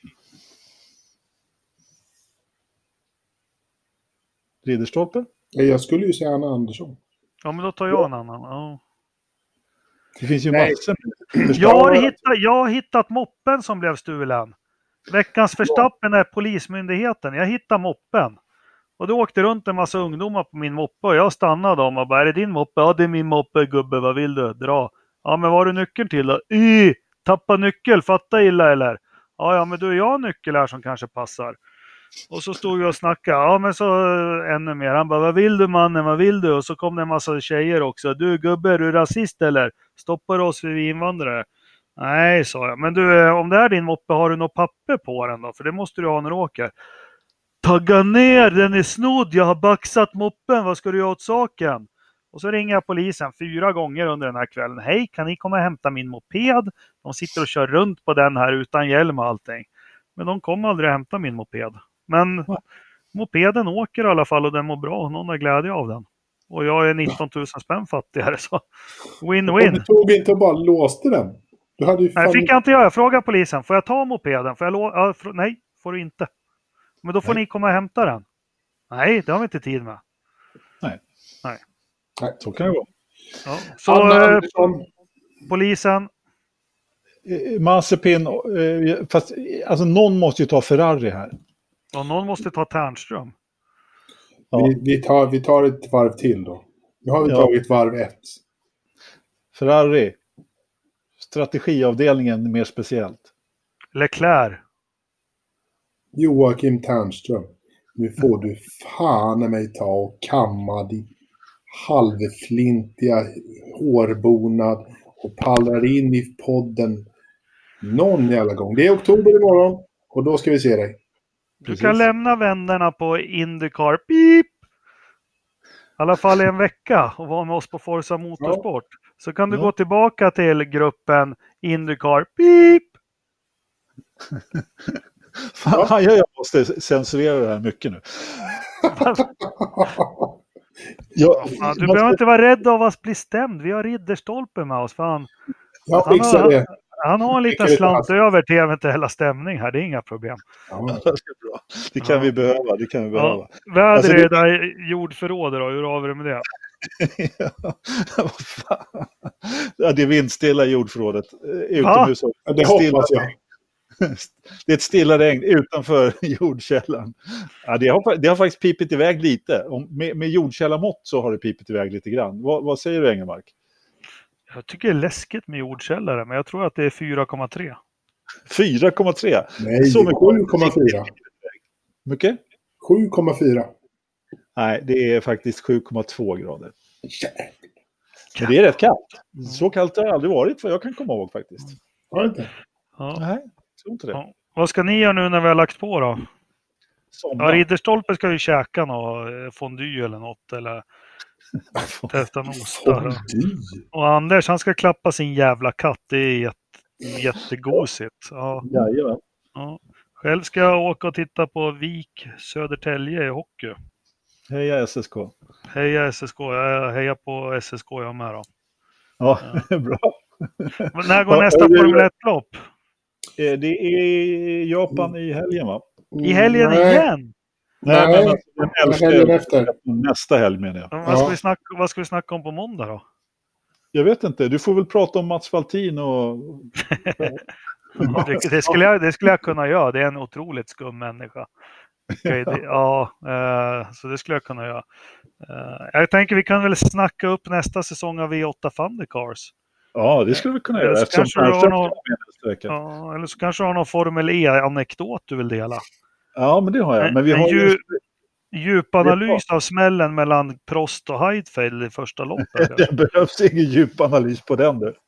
Ridderstolpe? Jag skulle ju säga Anna Andersson. Ja, men då tar jag en annan. Ja. Det finns ju massor. Jag har hittat moppen som blev stulen. Veckans Verstappen är polismyndigheten. Jag hittade moppen. Och då åkte runt en massa ungdomar på min moppe och jag stannade dem och bara, är det din moppe? Ja, det är min moppe, gubbe, vad vill du? Dra. Ja, men vad har du nyckeln till då? Tappa nyckel, fatta illa eller? Ja, men då är jag nyckel här som kanske passar. Och så stod vi och snackade. Ja, men så ännu mer. Han bara, vad vill du mannen, vad vill du? Och så kom det en massa tjejer också. Du gubbe, är du rasist eller? Stoppar oss för vi invandrare? Nej, sa jag. Men du, om det är din moppe, har du något papper på den då? För det måste du ha när du åker. Tagga ner, den är snodd. Jag har baxat moppen. Vad ska du göra åt saken? Och så ringer jag polisen 4 gånger under den här kvällen. Hej, kan ni komma och hämta min moped? De sitter och kör runt på den här utan hjälm och allting. Men de kommer aldrig hämta min moped. Men mopeden åker i alla fall och den mår bra. Och någon har glädje av den. Och jag är 19 000 spänn fattigare. Så win-win. Du tog inte och bara låste den. Du hade ju Nej, fick jag inte göra. Jag frågade polisen. Får jag ta mopeden? Nej, får du inte. Men då får ni komma och hämta den. Nej, det har vi inte tid med. Nej. Så kan det vara. Ja. Så polisen. Mazepin, fast alltså någon måste ju ta Ferrari här. Och någon måste ta Ternström. Ja. Vi tar ett varv till då. Nu har vi tagit varv 1. Ferrari. Strategiavdelningen mer speciellt. Leclerc. Joakim Ternström. Nu får du fan i mig ta och kamma din halvflintiga hårbonad och pallrar in i podden någon jävla gång. Det är oktober imorgon och då ska vi se dig. Du kan lämna vännerna på Indycar. Pip! I alla fall en vecka och vara med oss på Forza Motorsport. Ja. Så kan du gå tillbaka till gruppen Indycar. Pip! Fan, jag måste censurera det här mycket nu. Du behöver inte vara rädd av att bli stämd. Vi har Ridderstolpe med oss. Fan. Han har en liten slant över till eventuella stämning här. Det är inga problem. Ja, det kan vi behöva. Ja. Väder är det där jordförrådet då. Hur har vi det med det? Det är vindstilla i jordförrådet. Utomhus. Det hoppas jag. Det är ett stilla regn utanför jordkällan. Ja, det har faktiskt pipit iväg lite. Med jordkällarmått så har det pipit iväg lite grann. Vad säger du, Engelmark? Jag tycker det är läskigt med jordkällare, men jag tror att det är 4,3. 4,3? Nej, så 7,4. Mycket? 7,4. Nej, det är faktiskt 7,2 grader. Men det är rätt kallt. Så kallt har det aldrig varit, för jag kan komma ihåg faktiskt. Har det inte? Ja. Nej, jag tror inte det. Ja. Vad ska ni göra nu när vi har lagt på då? Ja, Ridderstolpe ska ju käka något fondue eller något. Eller testa en ostar. Och Anders, han ska klappa sin jävla katt. Det är jättegosigt. Ja. Ja. Själv ska jag åka och titta på Vik Södertälje i hockey. Heja SSK. Heja SSK. Jag hejar på SSK jag med då. Ja, bra. När går nästa Formel 1-lopp? Det är Japan i helgen, va? I helgen igen? Nej, men alltså, den efter. Nästa helg menar jag. Vad ska vi snacka om på måndag då? Jag vet inte. Du får väl prata om Mats Valtin och... det skulle jag kunna göra. Det är en otroligt skum människa. Så det skulle jag kunna göra. Jag tänker vi kan väl snacka upp nästa säsong av V8 Thundercars. Ja, det skulle vi kunna göra. Eller så kanske du har någon Formel E-anekdot du vill dela. Ja, men det har jag. Men vi har ju... Djupanalys av smällen mellan Prost och Heidfeld i första loppet. Det behövs ingen djupanalys på den du.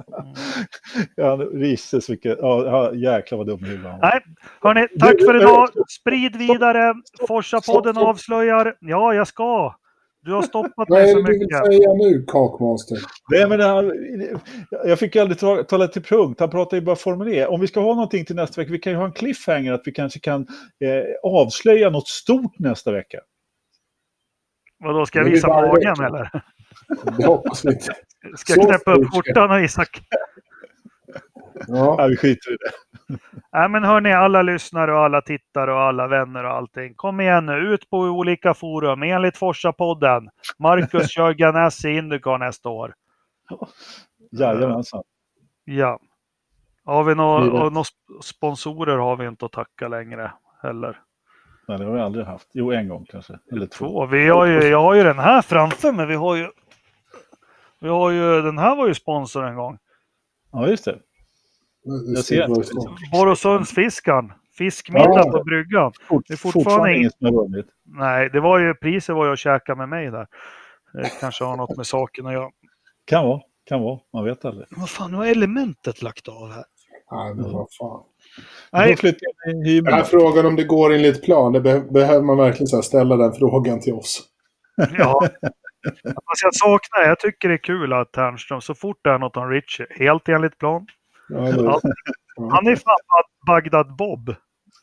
Risses vilket... Ja, jäklar vad dum huvudet. Nej, hörni, tack för idag. Sprid vidare. Forsa-podden avslöjar. Ja, jag ska. Du har stoppat mig så mycket. Vad är det du vill säga nu, kakmonster? Nej, men jag fick ju aldrig tala till punkt. Han pratar ju bara Formel E. Om vi ska ha någonting till nästa vecka, vi kan ju ha en cliffhanger att vi kanske kan avslöja något stort nästa vecka. Vadå, ska jag visa magen eller? Det hoppas vi inte. Ska jag knäppa upp skjortan och Isak? Ja, vi skiter i det. Nej, men hörni, alla lyssnare och alla tittare och alla vänner och allting. Kom igen nu, ut på olika forum. Enligt Forsa-podden. Marcus kör Ganassi Indycar nästa år. Jajamensan. Ja. Har vi några sponsorer har vi inte att tacka längre heller. Nej, det har vi aldrig haft. Jo, en gång kanske. Eller två. Jag har ju den här framför mig. Vi har ju den här var ju sponsor en gång. Ja, just det. Jag ser Borgsundsfiskan. Fiskmiddag på bryggan. Det är fortfarande ingen som har vunnit. Nej, priset var ju att käka med mig där. Det kanske har något med saken att göra. Kan vara. Man vet aldrig. Vad fan, nu har elementet lagt av här. Nej, men vad fan. Nej. Den här frågan om det går enligt plan, det behöver man verkligen så här ställa den frågan till oss. Ja. Alltså jag tycker det är kul att Ternström så fort det är något om Richie, helt enligt plan. Ja. Han är fan Bagdad Bob.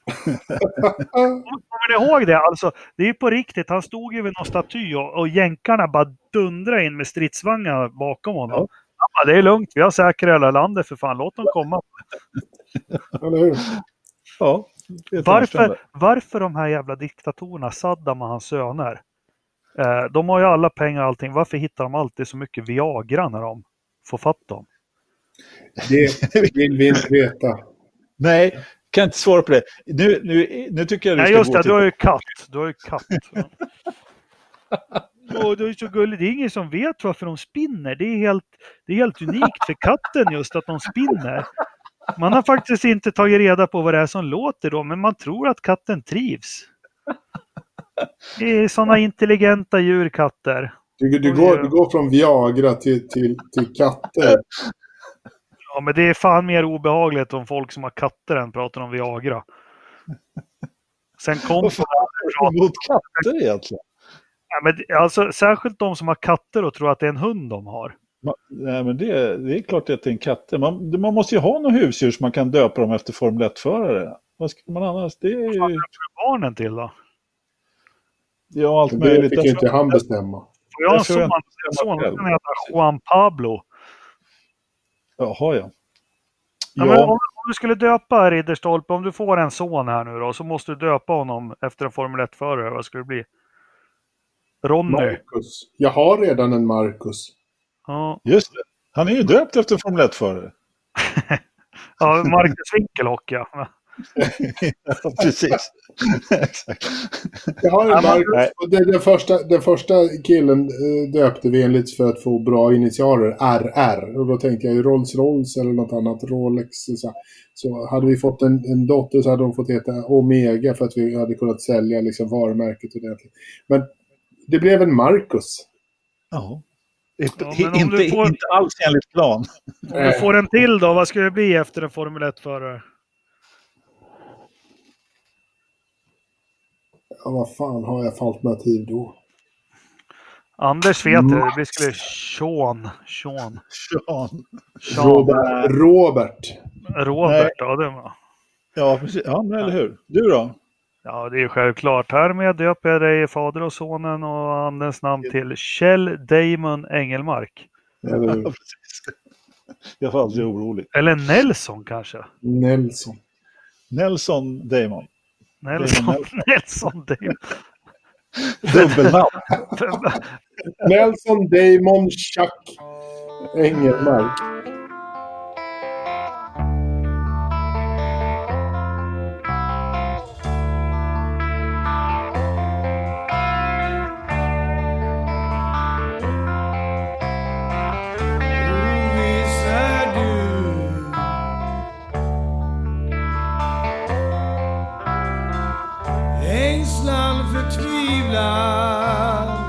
Kommer ni ihåg det? Alltså, det är på riktigt. Han stod ju vid någon staty och jänkarna bara dundrade in med stridsvagnar bakom honom. Ja, det är lugnt. Vi har säkert hela landet för fan. Låt dem komma. Eller hur? Ja. Varför de här jävla diktatorerna, Saddam och hans söner, de har ju alla pengar och allting. Varför hittar de alltid så mycket Viagra när de får fatt dem? Det vill vi inte veta. Nej, kan inte svara på det. Nu tycker jag du ska just det, du har ju katt. Och det är så gulligt. Det är ingen som vet varför de spinner. Det är helt unikt för katten just att de spinner. Man har faktiskt inte tagit reda på vad det är som låter då, men man tror att katten trivs. Det är sådana intelligenta djurkatter. Du går från Viagra till katter. Ja, men det är fan mer obehagligt om folk som har katter än pratar om Viagra. Sen kom mot katter egentligen. Ja, men alltså, särskilt de som har katter och tror att det är en hund de har. Nej, men det är klart att det är en katt. Man måste ju ha några husdjur som man kan döpa dem efter Formel 1-förare. Vad ska man annars? Det är ju... Vad är barnen till då? Ja, allt möjligt. Det fick ju inte han bestämma. Jag har en son som heter Juan Pablo. Jaha, ja. Ja, men om du skulle döpa Ridderstolpe, om du får en son här nu då, så måste du döpa honom efter en Formel 1-förare. Vad skulle det bli? Ronny. Marcus. Jag har redan en Marcus. Ja. Just det. Han är ju döpt efter en Formel 1-förare. Ja, Marcus Winkelhock, ja. Precis. Exakt. Jag har en Marcus. Den första killen döpte vi enligt för att få bra initialer, RR. Och då tänkte jag ju Rolls-Royce eller något annat, Rolex. Så hade vi fått en dotter så hade de fått heta Omega för att vi hade kunnat sälja liksom varumärket ordentligt. Men det blev en Marcus. Ja. Inte alls enligt plan. Om du får en till då, vad ska det bli efter en Formel 1-förare? Ja, vad fan har jag för alternativ då? Anders vet det. Det skulle Sean. Sean. Robert. Robert, ja det var. Ja, precis. Ja, men eller hur? Du då? Ja, det är självklart. Härmed döper jag dig i Fader och Sonen och Andens namn till Kjell Damon Engelmark. Eller hur? Ja, precis. Jag får aldrig orolig. Eller Nelson kanske. Nelson Damon. Nelson Damon. Dubbelnamn. Nelson Damon Chuck Engelmark. Ängslan förtvivlan,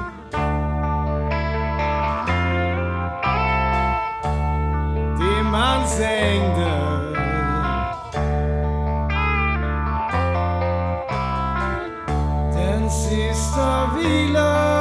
dimmansängder, den sista vilan.